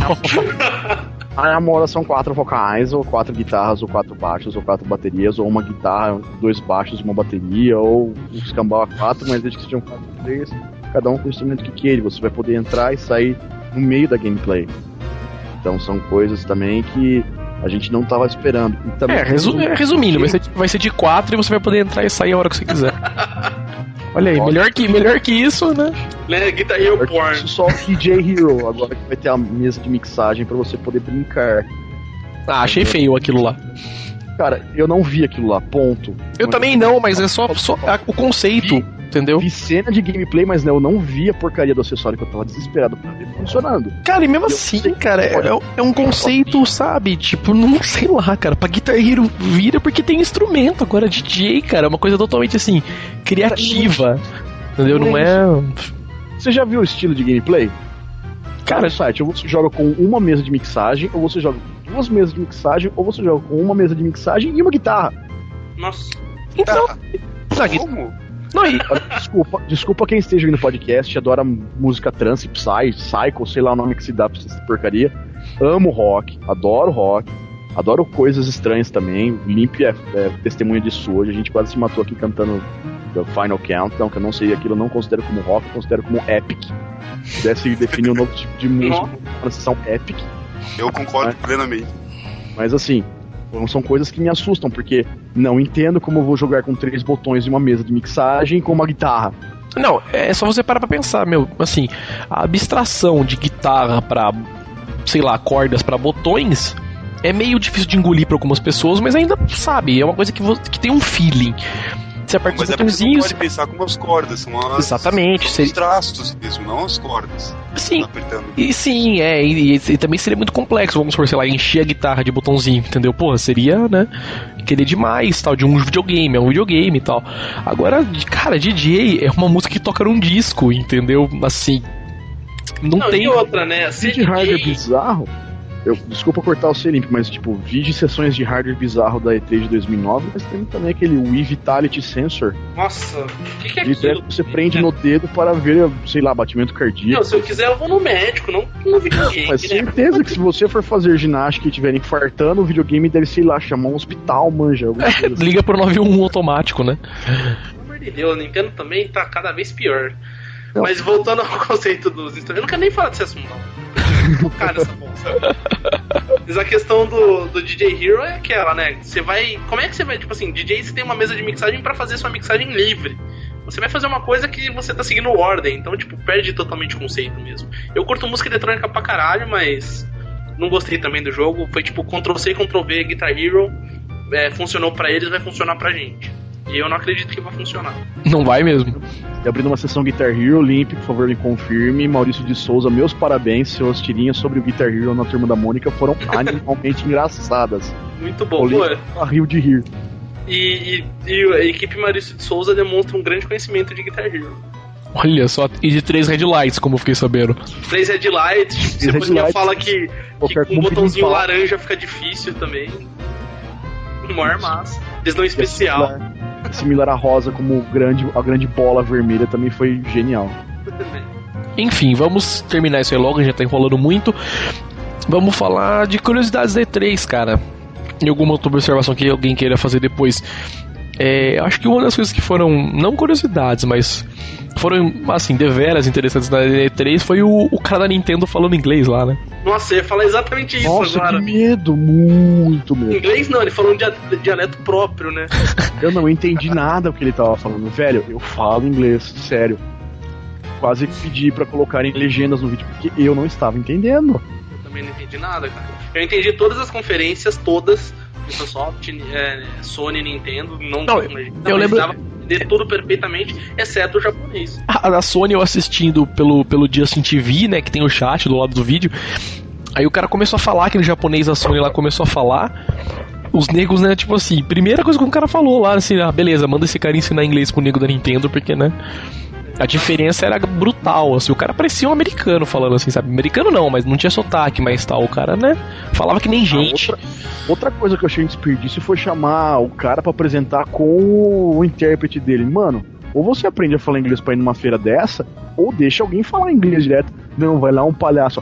Amora, são 4 vocais, ou 4 guitarras, ou 4 baixos, ou 4 baterias, ou uma guitarra, 2 baixos e uma bateria, ou um escambau a 4, mas desde que sejam 4 players, cada um com o instrumento que queira. Você vai poder entrar e sair no meio da gameplay. Então são coisas também que a gente não estava esperando. E também resumindo, vai ser de 4 e você vai poder entrar e sair a hora que você quiser. Olha aí, melhor que isso, né? Guitar Hero Porn. Isso só o DJ Hero, agora que vai ter a mesa de mixagem pra você poder brincar. Achei feio aquilo lá. Cara, eu não vi aquilo lá, ponto. Eu também não, mas é só o conceito, entendeu? Vi cena de gameplay, mas eu não vi a porcaria do acessório que eu tava desesperado pra ver funcionando. Cara, e mesmo assim, cara, é um conceito, sabe? Tipo, não sei lá, cara. Pra Guitar Hero vira porque tem instrumento. Agora DJ, cara, é uma coisa totalmente assim, criativa. Entendeu? Não é. Você já viu o estilo de gameplay? Cara, no site, ou você joga com uma mesa de mixagem, ou você joga com 2 mesas de mixagem, ou você joga com uma mesa de mixagem e uma guitarra. Nossa. Então. Como? Não, Desculpa quem esteja ouvindo o podcast, adora música trance, psycho, sei lá o nome que se dá pra essa porcaria. Amo rock, adoro coisas estranhas também. Limp é testemunha disso hoje. A gente quase se matou aqui cantando The Final Countdown, que eu não sei aquilo, eu não considero como rock, eu considero como epic. Se pudesse definir um novo tipo de música, uma sessão epic. Eu concordo plenamente. Mas assim, são coisas que me assustam, porque não entendo como eu vou jogar com 3 botões e uma mesa de mixagem com uma guitarra. Não, é só você parar pra pensar, assim, a abstração de guitarra pra, sei lá, cordas pra botões é meio difícil de engolir pra algumas pessoas, mas ainda, sabe, é uma coisa que tem um feeling. Você aperta os botõezinhos. Você pode pensar como as cordas, são exatamente, os trastos mesmo, não as cordas. Sim, e também seria muito complexo, vamos supor, sei lá, encher a guitarra de botãozinho, entendeu? Porra, seria, né, querer demais, tal, de um videogame, é um videogame e tal. Agora, cara, DJ é uma música que toca num disco, entendeu? Assim, não tem... E outra, né, de hardware bizarro... Desculpa cortar o C-Limp, mas tipo, vi de sessões de hardware bizarro da E3 de 2009, mas tem também aquele Wii Vitality Sensor. Nossa, o que é aquilo? Você prende no dedo para ver, sei lá, batimento cardíaco. Não, se eu quiser eu vou no médico, não no videogame. Mas certeza que se você for fazer ginástica e estiver infartando, o videogame deve, sei lá, chamar um hospital, manja. Assim. Liga pro 911 automático, né? Pelo amor de Deus, a Nintendo também tá cada vez pior. Não. Mas voltando ao conceito dos instrumentos, eu não quero nem falar desse assunto, não. Focar nessa bolsa. Mas a questão do DJ Hero é aquela, né? Você vai. Como é que você vai? Tipo assim, DJ, você tem uma mesa de mixagem pra fazer sua mixagem livre. Você vai fazer uma coisa que você tá seguindo ordem. Então, tipo, perde totalmente o conceito mesmo. Eu curto música eletrônica pra caralho, mas não gostei também do jogo. Foi tipo Ctrl-C, Ctrl-V, Guitar Hero. Funcionou pra eles, vai funcionar pra gente. E eu não acredito que vai funcionar. Não vai mesmo. Abrindo uma sessão Guitar Hero, Limp, por favor me confirme. Maurício de Souza, meus parabéns. Suas tirinhas sobre o Guitar Hero na Turma da Mônica foram animalmente engraçadas. Muito bom, pô. Rio de rir. E a equipe Maurício de Souza demonstra um grande conhecimento de Guitar Hero. Olha só, e de 3 headlights, como eu fiquei sabendo. 3 headlights, tipo, você podia falar que com um botãozinho laranja fica difícil também. Maior massa. Eles não especial. similar à rosa como a grande bola vermelha também foi genial. Enfim, vamos terminar isso aí logo, a gente já tá enrolando muito. Vamos falar de curiosidades da E3, cara. E alguma outra observação que alguém queira fazer depois. Acho que uma das coisas que foram, não curiosidades, mas foram, assim, deveras interessantes na E3 foi o cara da Nintendo falando inglês lá, né? Nossa, eu ia falar exatamente isso. Nossa, agora. Que medo, muito medo. Inglês não, ele falou um dialeto próprio, né? Eu não entendi nada do que ele tava falando. Velho, eu falo inglês, sério. Quase pedi pra colocarem legendas no vídeo, porque eu não estava entendendo. Eu também não entendi nada, cara. Eu entendi todas as conferências, todas, Microsoft, Sony, Nintendo, eu lembro... entender tudo perfeitamente, exceto o japonês. A Sony eu assistindo pelo Justin TV, né, que tem o chat do lado do vídeo. Aí o cara começou a falar, aquele japonês da Sony lá começou a falar. Os negros, né, tipo assim, primeira coisa que o cara falou lá, assim, beleza, manda esse cara ensinar inglês pro nego da Nintendo, porque, né, a diferença era brutal, assim, o cara parecia um americano falando assim, sabe? Americano não, mas não tinha sotaque, mas tal, o cara, né, falava que nem gente. Outra coisa que eu achei um desperdício foi chamar o cara pra apresentar com o intérprete dele. Mano, ou você aprende a falar inglês pra ir numa feira dessa, ou deixa alguém falar inglês direto. Não, vai lá um palhaço.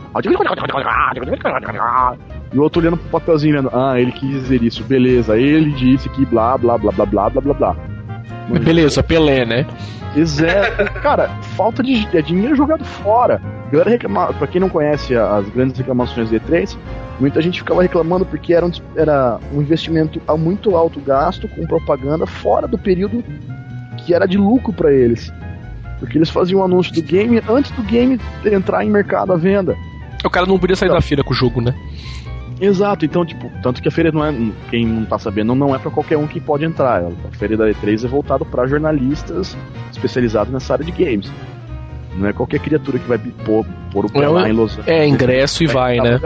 E o outro olhando pro papelzinho, vendo, ele quis dizer isso, beleza, ele disse que blá, blá, blá, blá, blá, blá, blá, blá. Beleza, Pelé, né? Exato. Cara, falta de dinheiro jogado fora. Galera reclama, pra quem não conhece as grandes reclamações do E3, muita gente ficava reclamando porque era um investimento a muito alto gasto com propaganda fora do período que era de lucro pra eles. Porque eles faziam o anúncio do game antes do game entrar em mercado à venda. O cara não podia sair da feira com o jogo, né? Exato, então, tipo, tanto que a feira não é, quem não tá sabendo, não é pra qualquer um que pode entrar. A feira da E3 é voltada pra jornalistas especializados nessa área de games. Não é qualquer criatura que vai pôr o pé lá em Los Angeles. Ingresso e vai, né?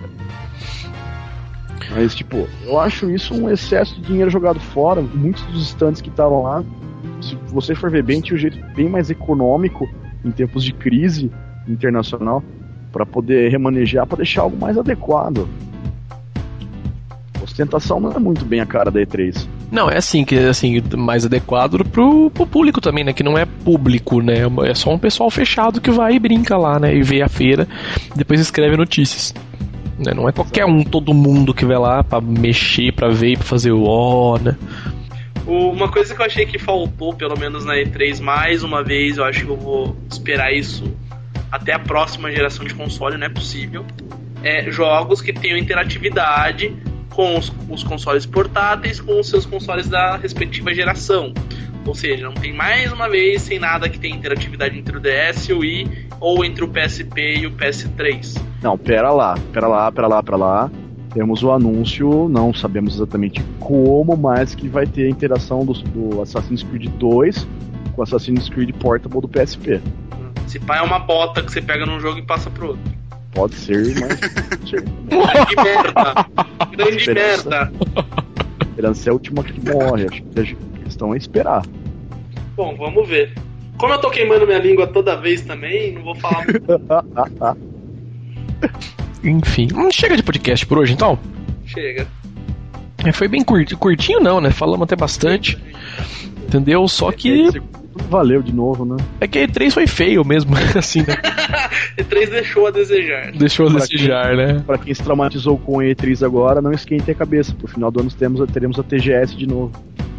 Mas, tipo, eu acho isso um excesso de dinheiro jogado fora. Muitos dos stands que estavam lá, se você for ver bem, tinha um jeito bem mais econômico em tempos de crise internacional pra poder remanejar, pra deixar algo mais adequado. Ostentação não é muito bem a cara da E3. Não, é assim, que assim, mais adequado pro público também, né? Que não é público, né? É só um pessoal fechado que vai e brinca lá, né? E vê a feira, depois escreve notícias. Né? Não é qualquer todo mundo que vai lá pra mexer, pra ver e pra fazer né? Uma coisa que eu achei que faltou, pelo menos na E3, mais uma vez, eu acho que eu vou esperar isso até a próxima geração de console, não é possível. Jogos que tenham interatividade com os consoles portáteis, com os seus consoles da respectiva geração. Ou seja, não tem mais uma vez sem nada que tenha interatividade entre o DS e o Wii, ou entre o PSP e o PS3. Não, pera lá. Temos o anúncio, não sabemos exatamente como, mas que vai ter a interação do Assassin's Creed 2 com o Assassin's Creed Portable do PSP. Se pá é uma bota que você pega num jogo e passa pro outro. Pode ser, mas... Grande merda! Grande merda! Esperança é a última que morre. Acho que a questão é esperar. Bom, vamos ver. Como eu tô queimando minha língua toda vez também, não vou falar muito. Enfim, chega de podcast por hoje, então? Chega. Foi bem curtinho não, né? Falamos até bastante. Entendeu? Só que... Valeu de novo, né? É que a E3 foi feio mesmo, assim, né? E3 deixou a desejar. Deixou a desejar, né? Pra quem se traumatizou com a E3 agora, não esquente a cabeça. Pro final do ano teremos a TGS de novo.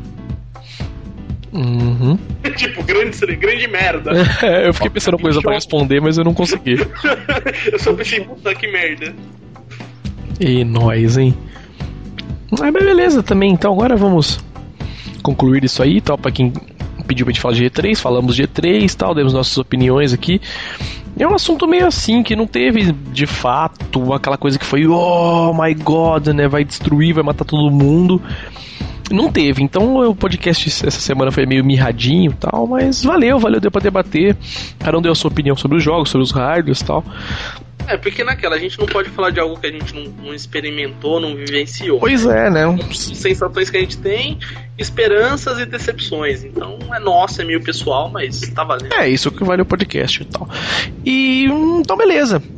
Uhum. Tipo, grande merda. Eu fiquei pensando coisa pra responder, mas eu não consegui. Eu só pensei, puta que merda. E nós, hein? Mas beleza também, então agora vamos concluir isso aí, tal, pra quem pediu pra gente falar de E3, falamos de E3 tal, demos nossas opiniões aqui. É um assunto meio assim, que não teve de fato aquela coisa que foi oh my god, né, vai destruir, vai matar todo mundo. Não teve, então o podcast essa semana foi meio mirradinho e tal, mas valeu, deu pra debater. Cada um deu a sua opinião sobre os jogos, sobre os hardwares e tal. Porque naquela a gente não pode falar de algo que a gente não experimentou, não vivenciou. Pois é, né? Sensações que a gente tem, esperanças e decepções. Então é nosso, é meio pessoal, mas tá valendo. É isso que vale o podcast e tal. E então beleza.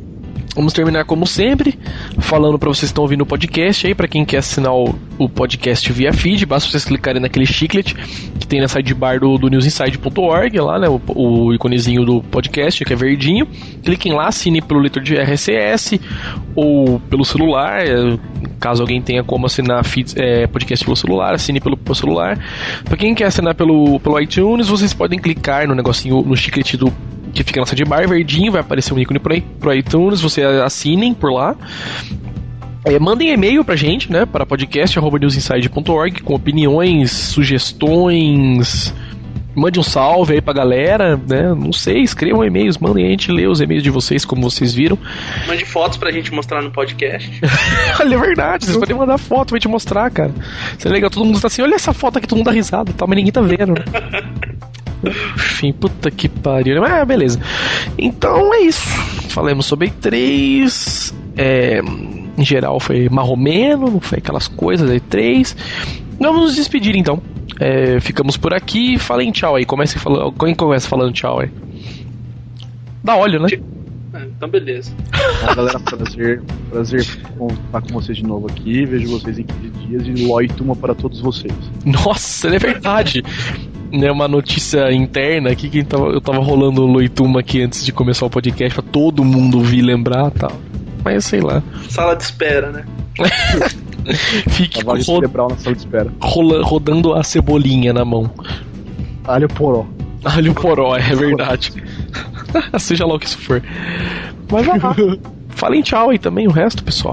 Vamos terminar como sempre, falando para vocês que estão ouvindo o podcast aí, para quem quer assinar o podcast via feed, basta vocês clicarem naquele chiclete que tem na sidebar do newsinside.org, lá, né, o iconezinho do podcast, que é verdinho. Cliquem lá, assinem pelo leitor de RSS ou pelo celular, caso alguém tenha como assinar podcast pelo celular, assine pelo celular. Para quem quer assinar pelo iTunes, vocês podem clicar no negocinho, no chiclete que fica na sidebar, verdinho, vai aparecer um ícone pro iTunes, vocês assinem por lá. Mandem e-mail pra gente, né, para podcast@newsinside.org com opiniões, sugestões, mande um salve aí pra galera, né, não sei, escrevam e-mails, mandem, a gente lê os e-mails de vocês, como vocês viram. Mande fotos pra gente mostrar no podcast. Olha, é verdade, vocês podem mandar foto pra gente mostrar, cara. Isso é legal, todo mundo tá assim, olha essa foto aqui, todo mundo dá risada, tá, mas ninguém tá vendo, né? Enfim, puta que pariu. Mas beleza. Então é isso. Falamos sobre E3. Em geral foi marromeno, não foi aquelas coisas da E3. Vamos nos despedir então. Ficamos por aqui. Falem tchau aí. Quem começa falando tchau aí? Dá óleo, né? Então beleza. Galera, prazer estar com vocês de novo aqui. Vejo vocês em 15 dias e Loituma para todos vocês. Nossa, é verdade. Né, uma notícia interna aqui que eu tava rolando o Loituma aqui antes de começar o podcast pra todo mundo ouvir, lembrar e tal. Mas sei lá. Sala de espera, né? Fique cerebral na sala de espera. Rodando a cebolinha na mão. Alho poró. Alho poró, é verdade. Seja lá o que isso for. Mas vai lá. Falem tchau aí também, o resto, pessoal.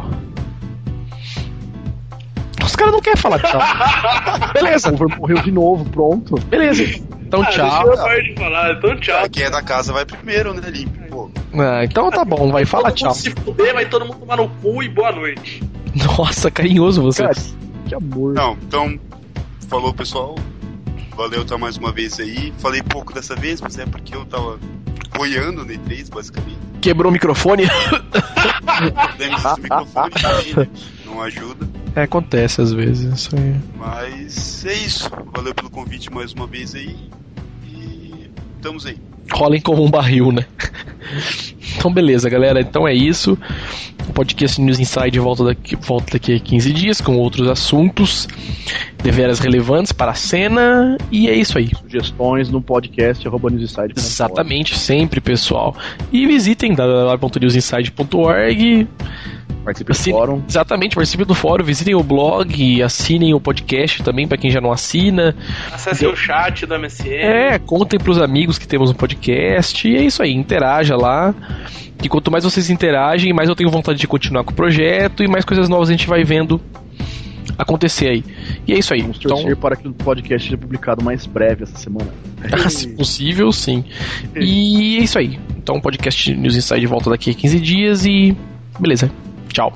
Os caras não querem falar tchau. Beleza. O Over morreu de novo, pronto. Beleza. Então tchau. Deixa eu de falar, então tchau. Quem é da casa vai primeiro, né, Limpo? Pô. Então tá bom, vai falar tchau. Se fuder, vai todo mundo tomar no cu e boa noite. Nossa, carinhoso você. Cara, que amor. Não, então, falou pessoal. Valeu, tá mais uma vez aí. Falei pouco dessa vez, mas é porque eu tava apoiando no E3, basicamente. Quebrou o microfone? Problemas do microfone também, né? Não ajuda. Acontece às vezes, isso aí. Mas é isso. Valeu pelo convite mais uma vez aí. E estamos aí. Rolem como um barril, né? Então beleza, galera. Então é isso. O podcast News Inside volta daqui a 15 dias com outros assuntos deveras relevantes para a cena. E é isso aí. Sugestões no podcast @newsinside. Exatamente, sempre, pessoal. E visitem www.newsinside.org. Participe do fórum. Exatamente, participe do fórum, visitem o blog, assinem o podcast também pra quem já não assina. Acessem o chat do MSN. Contem pros amigos que temos um podcast. E é isso aí, interaja lá. E quanto mais vocês interagem, mais eu tenho vontade de continuar com o projeto e mais coisas novas a gente vai vendo acontecer aí. E é isso aí. Vamos torcer para que o podcast seja publicado mais breve essa semana. Se possível, sim. E é isso aí. Então o podcast News Inside volta daqui a 15 dias e beleza. Tchau.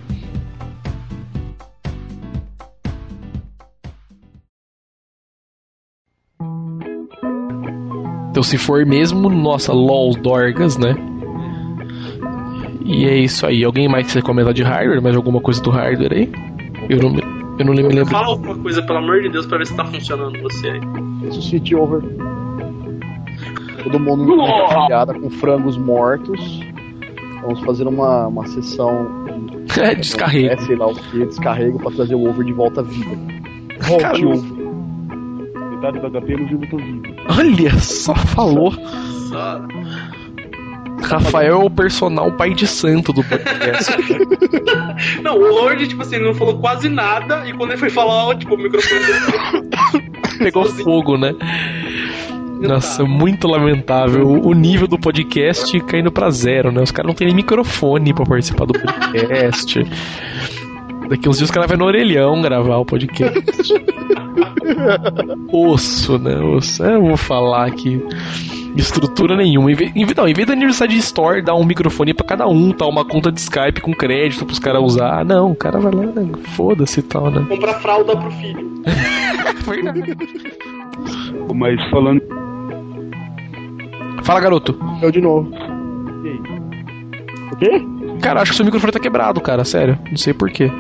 Então se for mesmo, nossa, LOL Dorgas, né? E é isso aí. Alguém mais quer comentar de hardware? Mais alguma coisa do hardware aí? Eu não me lembro. Fala alguma coisa, pelo amor de Deus, pra ver se tá funcionando você aí. Isso, City Over. Todo mundo piada com frangos mortos. Vamos fazer uma sessão descarrego. Sei lá o que, descarrego pra trazer o Over de volta à vida. Volte, Over. Metade do HP no vivo, tô vivo. Olha, só falou. Só. Rafael é o personal pai de santo do podcast. Não, o Lorde, tipo assim, não falou quase nada. E quando ele foi falar, tipo, o microfone dele pegou fogo, né? Nossa, muito lamentável. O nível do podcast caindo pra zero, né? Os caras não tem nem microfone pra participar do podcast. Daqui uns dias o cara vai no orelhão gravar o podcast. Osso, né? Osso. Eu vou falar aqui. Estrutura nenhuma. Em vez da Universidade Store dar um microfone pra cada um, tá? Uma conta de Skype com crédito pros caras usar. Não, o cara vai lá, né? Foda-se e tal, né? Comprar fralda pro filho. Verdade. Mas falando. Fala, garoto. Eu de novo. E aí? O quê? Cara, acho que seu microfone tá quebrado, cara. Sério. Não sei porquê.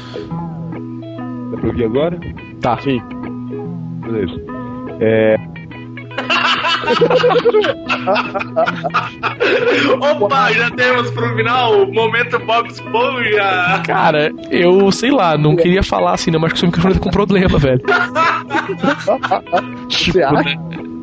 Dá pra ouvir agora? Tá. Sim. Beleza. Opa, já temos pro final o momento Bob Esponja. Cara, eu sei lá, não queria falar assim, né? Mas acho que o seu microfone tá com problema, velho. Tipo, Você acha? né?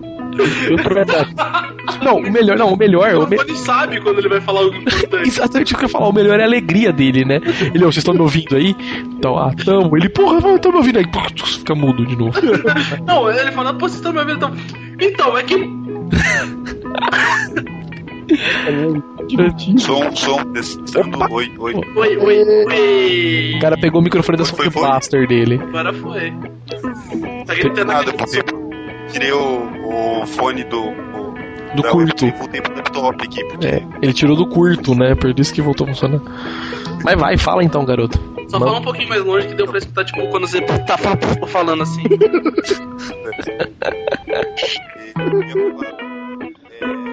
Não, o melhor. O Tony sabe quando ele vai falar algo importante. Exatamente o que eu ia falar, o melhor é a alegria dele, né? Ele, vocês estão me ouvindo aí? Então, tamo. Ele, porra, tamo me ouvindo aí. Fica mudo de novo. Não, ele fala, pô, vocês estão me ouvindo? Então, é que... Som, testando. Oi. Oi. O cara pegou o microfone da Sound Blaster dele. Agora foi. Tá gritando Nada, aqui. porque tirei o fone do curto. E voltei pro laptop aqui. Porque... É, ele tirou do curto, né? Por isso que voltou a funcionar. Mas vai, fala então, garoto. Só fala um pouquinho mais longe que deu pra escutar, tipo, quando você tá falando assim.